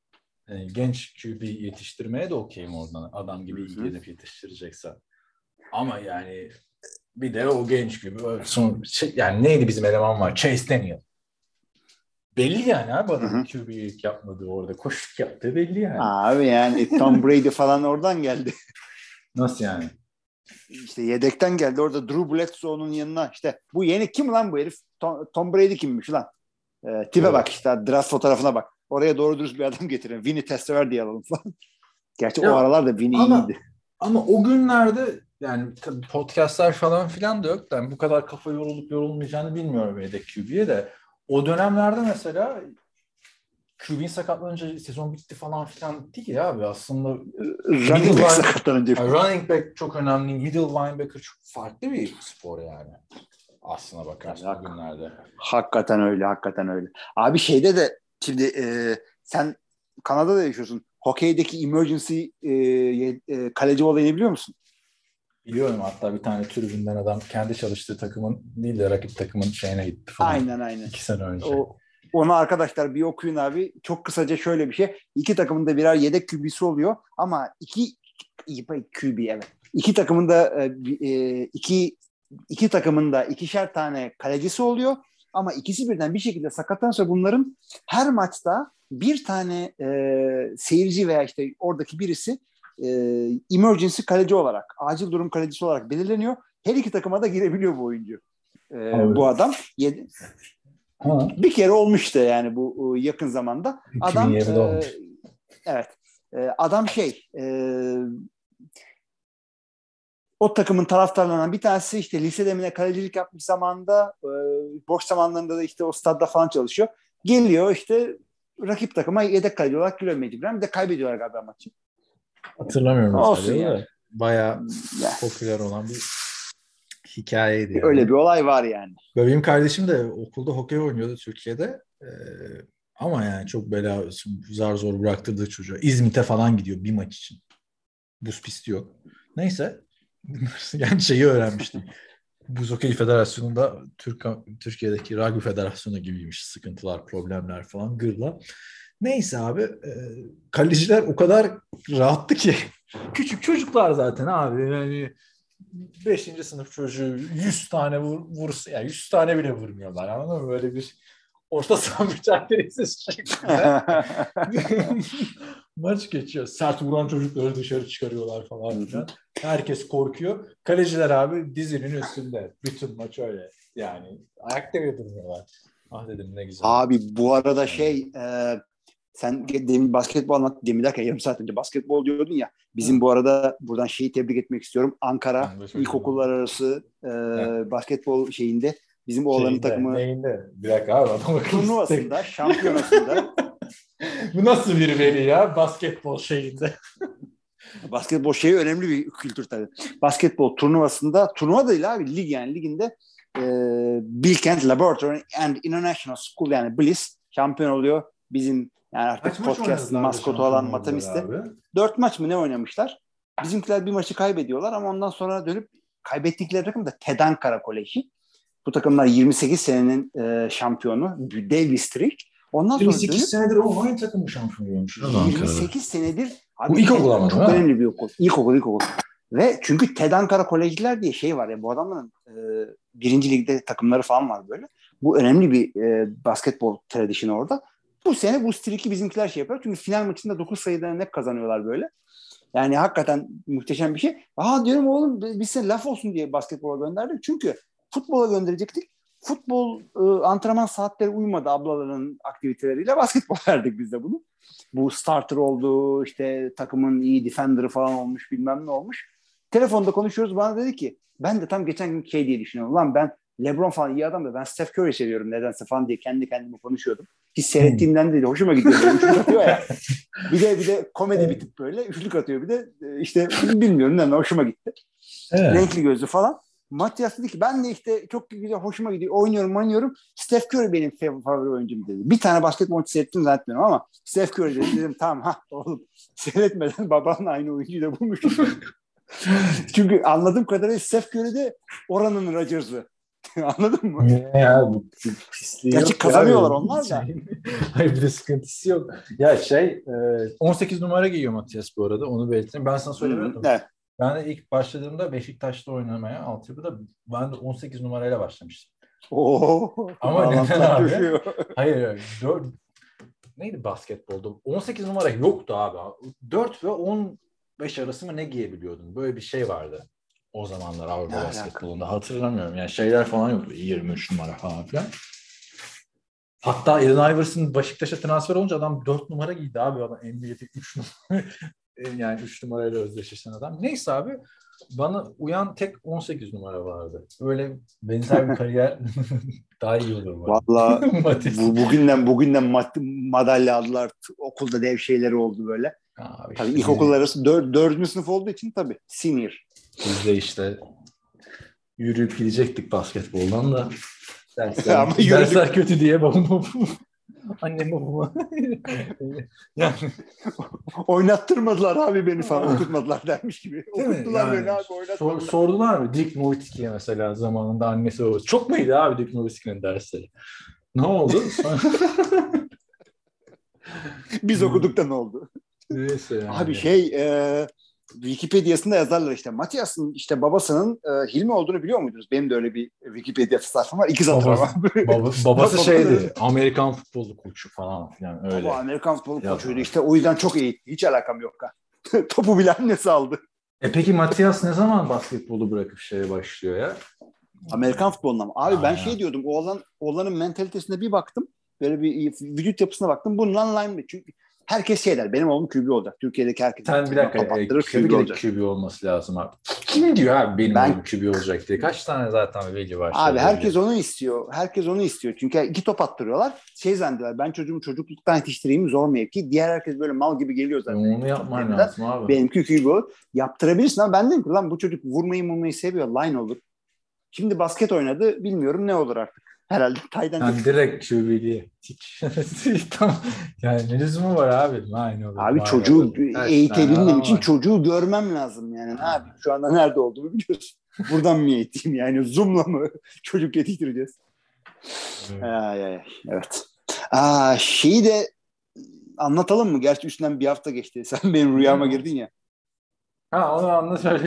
Genç QB yetiştirmeye de okeyim oradan. Adam gibi ilgilenip yetiştirecekse. Ama yani bir de o genç gibi yani neydi bizim eleman var? Chase Daniel. Belli yani abi adamın QB'lik yapmadığı orada. Koşuk yaptığı belli yani. Abi yani Tom Brady falan oradan geldi. Nasıl yani? İşte yedekten geldi. Orada Drew Bledsoe'nun yanına işte bu yeni kim lan bu herif? Tom Brady kimmiş lan? Tipe bak işte draft fotoğrafına bak. Oraya doğru dürüst bir adam getirin. Vinny Testaverde alalım falan. Gerçi o aralar da Vinny iyiydi. Ama o günlerde yani tabii podcastlar falan filan da yok. Yani bu kadar kafa yorulup yorulmayacağını bilmiyorum yedek QB'ye de. O dönemlerde mesela QB'nin sakatlanınca sezon bitti falan filan değil ya abi. Aslında running back sakatlanınca. Running back çok önemli. Middle linebacker çok farklı bir spor yani. Aslına bakarsın o günlerde. Hakikaten öyle. Abi şeyde de şimdi sen Kanada'da yaşıyorsun. Hokeydeki emergency kaleci olayını biliyor musun? Biliyorum, hatta bir tane tribünden adam kendi çalıştığı takımın değil de rakip takımın şeyine gitti falan. Aynen. 2 sene önce. Onu arkadaşlar bir okuyun abi. Çok kısaca şöyle bir şey. İki takımın da birer yedek QB'si oluyor. Ama QB evet. İki takımın da iki takımın da ikişer tane kalecisi oluyor. Ama ikisi birden bir şekilde sakatlanırsa bunların her maçta bir tane seyirci veya işte oradaki birisi emergency kaleci olarak, acil durum kalecisi olarak belirleniyor. Her iki takıma da girebiliyor bu oyuncu. Bu adam bir kere olmuştu yani bu yakın zamanda. Adam evet. Adam o takımın taraftarlarından bir tanesi işte lisede mi kalecilik yapmış zamanında boş zamanlarında da işte o stadda falan çalışıyor. Geliyor işte rakip takıma yedek kaleci olarak giriyor mecburen. Bir de kaybediyorlar galiba maçı. Hatırlamıyorum. Olsun yani. Bayağı popüler olan bir hikayeydi. Yani. Öyle bir olay var yani. Benim kardeşim de okulda hokey oynuyordu Türkiye'de. Ama yani çok bela zar zor bıraktırdığı çocuğa. İzmit'e falan gidiyor bir maç için. Buz pisti yok. Neyse. Yani şeyi öğrenmiştim. Buz Hokey Federasyonu'nda Türkiye'deki Rugby Federasyonu gibiymiş. Sıkıntılar, problemler falan gırla. Neyse abi. Kaleciler o kadar rahattı ki. Küçük çocuklar zaten abi. Yani 5. sınıf çocuğu 100 tane vursa, yani 100 tane bile vurmuyorlar. Anladın mı? Böyle bir orta saha mücadelesi şeklinde. Maç geçiyor. Sert vuran çocukları dışarı çıkarıyorlar falan filan. Herkes korkuyor. Kaleciler abi dizinin üstünde. Bütün maç öyle. Yani ayakta bile durmuyorlar. Ah dedim ne güzel. Abi bu arada sen demin basketbol anlattın. Demin derken yarım saat önce basketbol diyordun ya. Bizim bu arada buradan tebrik etmek istiyorum. Ankara ilkokullar arası basketbol şeyinde bizim oğlanın takımı neyinde? Bir dakika abi. Turnuvasında, şampiyonasında. Bu nasıl bir veri ya? Basketbol şeyinde. Basketbol şeyi önemli bir kültür tabii. Basketbol turnuvasında, turnuva değil abi, lig yani liginde Bilkent Laboratory and International School yani BLIS şampiyon oluyor. Bizim yani artık podcast'ın maskotu olan Matamiste. 4 maç mı ne oynamışlar? Bizimkiler bir maçı kaybediyorlar ama ondan sonra dönüp kaybettikleri takım da TED Ankara Koleji. Bu takımlar 28 senenin şampiyonu. Dev bir streak. Ondan sonra 28 senedir o aynı takımın şampiyonuymuş. 28 senedir. Abi, bu ilkokul ama çok önemli bir okul. İlkokul. Ve çünkü TED Ankara Kolejiler diye şey var ya, bu adamların 1. ligde takımları falan var böyle. Bu önemli bir basketbol tradisyonu orada. Bu sene bu streak'i bizimkiler şey yapıyor. Çünkü final maçında 9 sayıdan net kazanıyorlar böyle. Yani hakikaten muhteşem bir şey. Diyorum oğlum biz seni laf olsun diye basketbola gönderdik. Çünkü futbola gönderecektik. Futbol antrenman saatleri uymadı ablaların aktiviteleriyle. Basketbol verdik biz de bunu. Bu starter oldu, işte takımın iyi defender'ı falan olmuş, bilmem ne olmuş. Telefonda konuşuyoruz, bana dedi ki ben de tam geçen gün diye düşünüyorum. Lan ben LeBron falan iyi adam da ben Steph Curry seviyorum nedense falan diye kendi kendime konuşuyordum. Hiç seyrettiğimden değil, hoşuma gidiyor. Üçlük atıyor ya. Bir de komedi bir tip böyle. Üçlük atıyor bir de işte bilmiyorum ne hoşuma gitti. Evet. Renkli gözlü falan. Matias dedi ki ben de işte çok güzel hoşuma gidiyor. Oynuyorum. Steph Curry benim favori oyuncum dedi. Bir tane basketbol maçı seyrettim zannetmiyorum ama Steph Curry dedi. Dedim tamam oğlum seyretmeden babanla aynı oyuncuyu da bulmuşum. Çünkü anladığım kadarıyla Steph Curry de oranın Rodgers'ı. Anladın mı? Ne ya bu pisliği Gerçi yok kazanıyorlar ya. onlar da. Hayır bir de sıkıntısı yok. Ya 18 numara giyiyor Matias bu arada onu belirteyim. Ben sana söylemiyordum. Evet. Ben de ilk başladığımda Beşiktaş'ta oynamaya altyapıda ben de 18 numarayla başlamıştım. Oo. Ama neden bağlantılar abi? coşuyor. Hayır. Neydi basketbolda? 18 numara yoktu abi. 4 ve 15 arası mı ne giyebiliyordun? Böyle bir şey vardı. O zamanlar Avrupa Ne basketbolunda. Hatırlamıyorum. Yani şeyler falan yoktu. 23 numara falan filan. Hatta Allen Iverson Beşiktaş'a transfer olunca adam 4 numara giydi abi. Adam NBA'de 3 numara. Yani 3 numarayla özdeşleşen adam. Neyse abi. Bana uyan tek 18 numara vardı. Böyle benzer bir kariyer daha iyi olur bana. Valla Matisse. bugünden madalya aldılar. Okulda dev şeyleri oldu böyle. Abi Tabii işte ilkokul arası 4. sınıf olduğu için tabii senior. biz de işte yürüyüp gidecektik basketboldan da. Dersler, Ama yürüdük. dersler kötü diye babama annem babama yani Oynattırmadılar abi beni falan. Okutmadılar dermiş gibi. değil mi? Okuttular Yani beni abi oynatmadılar. sordular mı Dick Nowitzki'ye mesela zamanında annesi babası. Çok mu iyiydi abi Dick Nowitzki'nin dersleri? Ne oldu? Biz okuduk da ne oldu? Neyse yani. Abi Wikipedia'sında yazarlar işte. Matias'ın işte babasının Hilmi olduğunu biliyor muydunuz? Benim de öyle bir Wikipedia sayfam var. 2 satır ama. Babası şeydi. Amerikan futbolu koçu falan filan öyle. Baba Amerikan futbolu Yapma. koçuydu işte. O yüzden çok iyi. Hiç alakam yok ha. Topu bile annesi aldı. Peki Matias ne zaman basketbolu bırakıp şeye başlıyor ya? Amerikan futboluna mı? Abi ben Aynen. diyordum. Oğlanın mentalitesine bir baktım. Böyle bir vücut yapısına baktım. Bundan line çünkü herkes şey der. Benim oğlum QB olacak. Türkiye'deki herkes. Sen bir dakika kapattırır, QB QB olacak. QB olması lazım abi. Kim diyor abi benim Ben- oğlum QB olacak diye? Kaç tane zaten veli var? Abi herkes onu istiyor. Herkes onu istiyor. Çünkü 2 top attırıyorlar. Şey zannediyorlar. Ben çocuğumu çocukluktan yetiştireyim zor mevki. Diğer herkes böyle mal gibi geliyor zaten. Onu yapman Dediler. lazım abi. Benimki QB olur. Yaptırabilirsin ama ben dedim ki lan bu çocuk vurmayı seviyor. Line olur. Şimdi basket oynadı. Bilmiyorum ne olur artık. Herhalde Tay'dan Yani direkt QB'liye. Tamam. Yani ne lüzumu var abi? Aynen olur. Abi Aynen çocuğu olur. Kaç tane eğitebilmem adam için var? çocuğu görmem lazım yani. Ne yapayım? Şu anda nerede olduğumu biliyorsun. Buradan mı eğiteyim yani? Zoom'la mı çocuk yetiştireceğiz? Evet. Evet. Şeyi de anlatalım mı? Gerçi üstünden bir hafta geçti. Sen benim rüyama girdin ya. Ha onu anlat öyle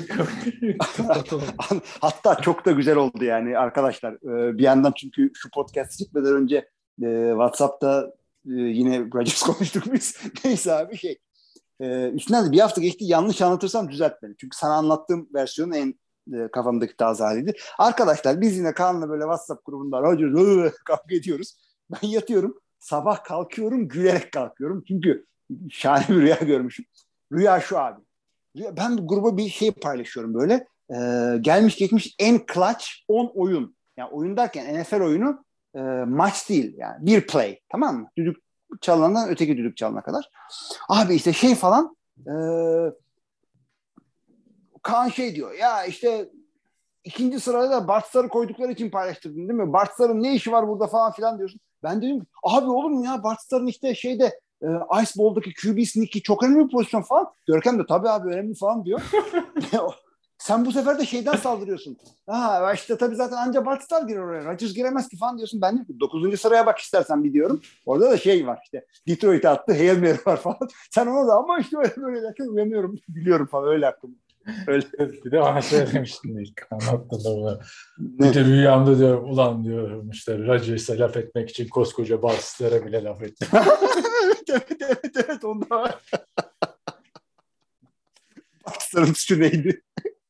Hatta çok da güzel oldu yani arkadaşlar. Bir yandan çünkü şu podcast çıkmadan önce WhatsApp'ta yine Rodgers konuştuk biz. Neyse abi üstünden de bir hafta geçti. Yanlış anlatırsam düzelt beni. Çünkü sana anlattığım versiyonun en kafamdaki taze haliydi. Arkadaşlar biz yine Kaan'la böyle WhatsApp grubunda Rodgers kavga ediyoruz. Ben yatıyorum. Sabah kalkıyorum. Gülerek kalkıyorum. Çünkü şahane bir rüya görmüşüm. Rüya şu abi. Ben gruba bir şey paylaşıyorum böyle. Gelmiş geçmiş en clutch 10 oyun. Yani oyun derken NFL oyunu maç değil. Yani bir play. Tamam mı? Düdük çalandan öteki düdük çalana kadar. Abi işte şey falan Kaan şey diyor. Ya işte ikinci sırada da Bart Starr'ı koydukları için paylaştırdın değil mi? Bart Starr'ın ne işi var burada falan filan diyorsun. Ben dedim abi olur mu ya Bart Starr'ın işte Ice Ball'daki QB sneak'i çok önemli bir pozisyon falan. Görkem de tabii abi önemli falan diyor. Sen bu sefer de şeyden saldırıyorsun. İşte tabii zaten anca Bart Starr girer oraya. Rodgers giremez ki falan diyorsun. Ben de 9. sıraya bak istersen bir diyorum. Orada da şey var işte. Detroit'e attı. Hail Mary var falan. Sen ona da ama işte böyle derken uyanıyorum. Biliyorum falan öyle aklım. Öyle. Bir de bana söylemiştin ilk anlattın da bunu. Ne? Bir de rüyamda diyorum ulan diyorum işte Rodgers'a laf etmek için koskoca Barstler'e bile laf ettim. evet onda var. Baksların suçu neydi?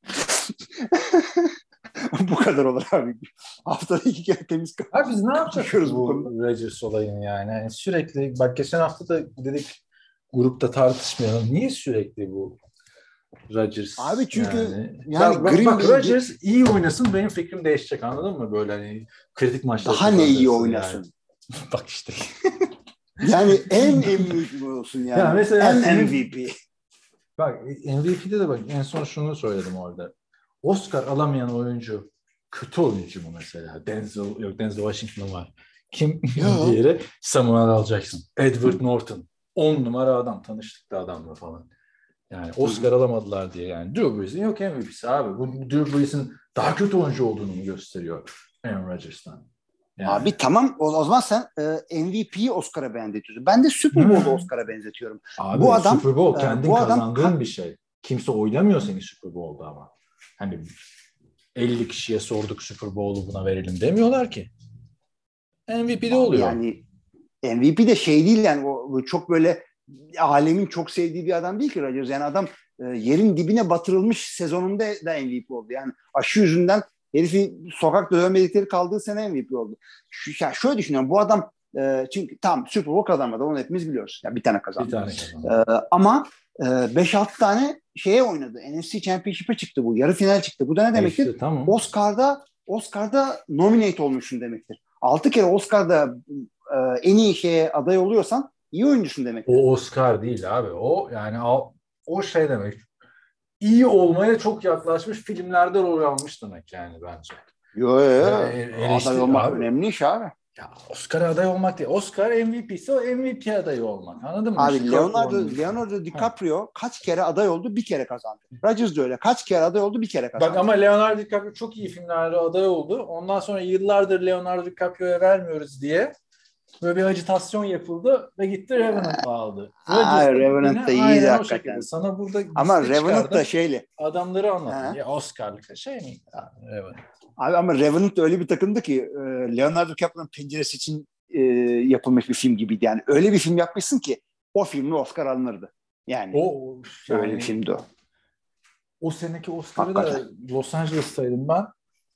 Bu kadar olur abi. Haftada 2 kere temiz kafa. Abi biz ne yapacağız Konuşuyoruz bu bu konuda. Rodgers olayını yani? Yani sürekli bak geçen hafta da dedik grupta tartışmayalım. Niye sürekli bu Rodgers? Abi çünkü yani Green bak Bay'de Rodgers iyi oynasın benim fikrim değişecek anladın mı? Böyle hani kritik maçlarda daha ne iyi kazanırsın oynasın. Yani. Bak işte. Yani en büyük olsun yani. Ya mesela en MVP. Bak MVP'de de bak en son şunu söyledim orada. Oscar alamayan oyuncu kötü oyuncu mu mesela? Denzel Washington var. Kim diğeri? Samuel L. Jackson. Edward Norton. 10 numara adam. Tanıştık da adamla falan. Yani Oscar alamadılar diye yani. Drew Brees'in yok MVP'si abi. Bu Drew Brees'in daha kötü oyuncu olduğunu mu gösteriyor? Aaron Rodgers'tan. Yani. Abi tamam o zaman sen MVP'yi Oscar'a benzetiyorsun. Ben de Super Bowl'u Oscar'a benzetiyorum. Abi bu adam, Super Bowl kendin bu adam kazandığın bir şey. Kimse oylamıyor seni Super Bowl'da ama. Hani 50 kişiye sorduk Super Bowl'u buna verelim demiyorlar ki. MVP'de oluyor. Yani MVP de şey değil yani o çok böyle alemin çok sevdiği bir adam değil ki Rodgers. Yani adam yerin dibine batırılmış sezonunda da MVP oldu. Yani aşı yüzünden herifi sokakta dövmedikleri kaldığı sene MVP oldu. Şöyle düşünüyorum bu adam çünkü tam Super Bowl kazanmadı onu hepimiz biliyoruz. Yani bir tane kazandı. Bir tane kazandı. Ama 5-6 tane şeye oynadı. NFC Championship'e çıktı bu. Yarı final çıktı. Bu da ne demektir? İşte, tamam. Oscar'da nominate olmuşsun demektir. 6 kere Oscar'da en iyi şeye aday oluyorsan iyi oyuncusun demektir. O Oscar değil abi. O yani o şey demek. İyi olmaya çok yaklaşmış filmlerde rol almış demek yani bence. Yo. Aday olmak abi. önemli iş abi. Ya Oscar'a aday olmak değil. Oscar MVP'si o MVP adayı olmak. Anladın mı? Abi Leonardo DiCaprio kaç kere aday oldu? Bir kere kazandı. Rodgers da öyle. Kaç kere aday oldu? Bir kere kazandı. Bak ama Leonardo DiCaprio çok iyi filmlerde aday oldu. Ondan sonra yıllardır Leonardo DiCaprio'ya vermiyoruz diye böyle bir ajitasyon yapıldı ve gitti Revenant'ı aldı. Revenant da iyiydi hakikaten. Sana burada ama Revenant da şeyli. Adamları anlatın. Ya Oscar'lık şey mi? Revenant. Abi ama Revenant da öyle bir takımdı ki Leonardo DiCaprio'nun penceresi için yapılmış bir film gibiydi. Yani öyle bir film yapmışsın ki o filmle Oscar alınırdı. Yani öyle bir filmdi o. O seneki Oscar'ı da Los Angeles'taydım ben.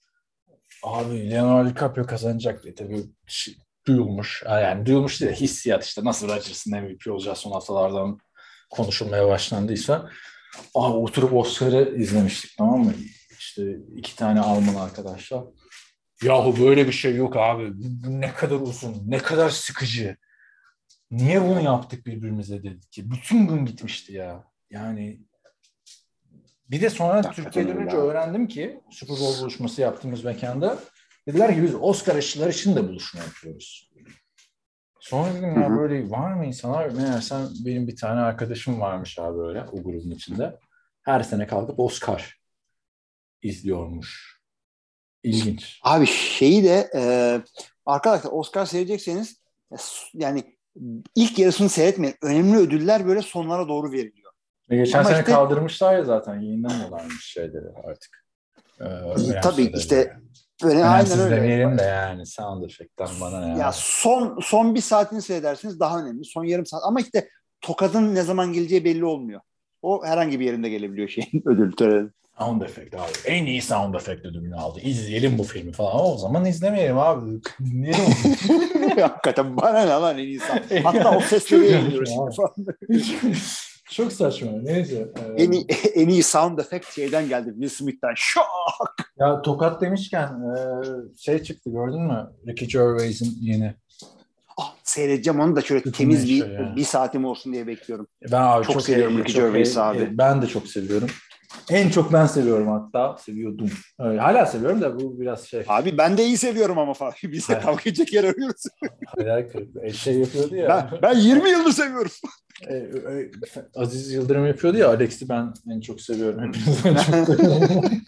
Abi Leonardo DiCaprio kazanacak diye tabii duyulmuş. Yani duyulmuş değil de hissiyat işte nasıl Rodgers'ın MVP olacağı son haftalardan konuşulmaya başlandıysa. Abi oturup Oscar'ı izlemiştik tamam mı? İşte 2 tane Alman arkadaşlar. Yahu böyle bir şey yok abi. Bu ne kadar uzun, ne kadar sıkıcı. Niye bunu yaptık birbirimize dedik ki. Bütün gün gitmişti ya. Yani bir de sonra Türkiye'ye dönünce öğrendim ki Super Bowl buluşması yaptığımız mekanda dediler ki biz Oscar aşılar için de buluşma yapıyoruz. Sonra dedim ya böyle var mı insanlar? Meğersem benim bir tane arkadaşım varmış abi öyle o grubun içinde. Her sene kalkıp Oscar izliyormuş. İlginç. Abi şeyi de arkadaşlar Oscar seyredecekseniz yani ilk yarısını seyretmeyin. Önemli ödüller böyle sonlara doğru veriliyor. Geçen sene kaldırmışlar ya zaten yayınlamıyorlarmış şeyleri artık. Tabii işte aynen öyle. Demeyelim de yani sound effect'ten bana ne ya son bir saatini seyredersiniz daha önemli. Son yarım saat ama işte tokadın ne zaman geleceği belli olmuyor. O herhangi bir yerinde gelebiliyor şeyin ödül töreni. Sound effect abi. En iyi sound effect ödülünü aldı. İzleyelim bu filmi falan. O zaman izlemeyelim abi. Dinleyelim. Hakikaten bana ne lan en iyi sound. Hatta o sesleri yayınlıyoruz şimdi falan. Çok saçma. Neyse. En iyi sound effect şeyden geldi. Will Smith'ten. Şok! Ya tokat demişken şey çıktı gördün mü? Ricky Gervais'in yeni. Seyredeceğim onu da şöyle temiz bir saatim olsun diye bekliyorum. Ben abi çok seviyorum Ricky Gervais'i abi. Ben de çok seviyorum. En çok ben seviyorum hatta. Seviyordum. Hala seviyorum da bu biraz şey. Abi ben de iyi seviyorum ama falan. Biz de kavga edecek yer arıyoruz. Şey yapıyordu ya. Ben 20 yıldır seviyorum. Aziz Yıldırım yapıyordu ya. Alex'i ben en çok seviyorum. Hepinizden çok seviyorum.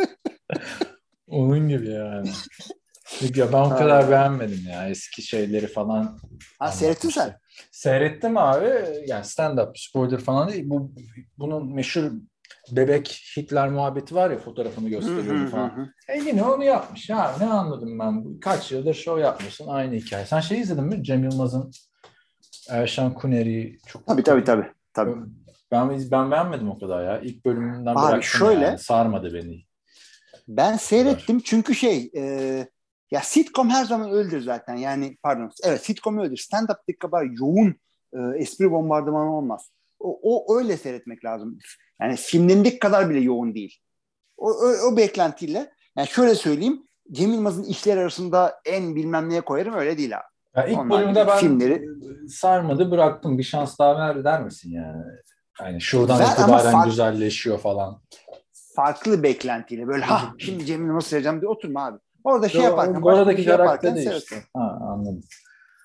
Onun gibi yani. Ya ben o kadar beğenmedim ya. Eski şeyleri falan. Seyrettin sen? Seyrettim abi. Yani stand-up, spoiler falan değil. Bunun meşhur bebek Hitler muhabbeti var ya fotoğrafını gösteriyordu falan. Yine onu yapmış. Ya ne anladım ben? Kaç yıldır show yapmışsın. Aynı hikaye. Sen şey izledin mi? Cem Yılmaz'ın Erşan Kuneri çok... Tabii. Ben beğenmedim o kadar ya. İlk bölümünden abi bıraktım şöyle, yani. Sarmadı beni. Ben seyrettim çünkü ya sitcom her zaman öyledir zaten. Yani pardon. Evet sitcom öyledir. Stand-up'taki kadar yoğun espri bombardımanı olmaz. O öyle seyretmek lazım. Yani filmlerindeki kadar bile yoğun değil. O beklentiyle. Yani şöyle söyleyeyim. Cem Yılmaz'ın işler arasında en bilmem neye koyarım öyle değil abi. Ya ilk bölümde ben sarmadı bıraktım. Bir şans daha ver der misin yani? Yani şuradan itibaren güzelleşiyor falan. Farklı beklentiyle böyle şimdi Cem Yılmaz'ı seyredeceğim diye oturma abi. Orada şey yaparken. Oradaki karakter değişti. Anladım.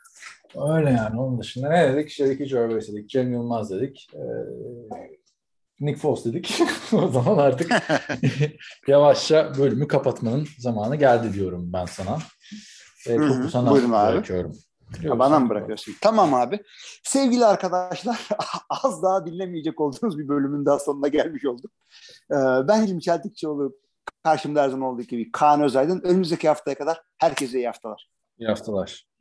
Öyle yani onun dışında ne dedik? Ricky Gervais dedik, Cem Yılmaz dedik. Nick Foles dedik. O zaman artık yavaşça bölümü kapatmanın zamanı geldi diyorum ben sana. Topu sana Buyurun abi. bırakıyorum. Bana mı bırakıyorsun? Tamam abi. Sevgili arkadaşlar, az daha dinlemeyecek olduğunuz bir bölümün daha sonuna gelmiş olduk. Ben İlmi Çeltikçioğlu, karşımda her zaman olduğu gibi Kaan Özaydın. Önümüzdeki haftaya kadar herkese iyi haftalar. İyi haftalar.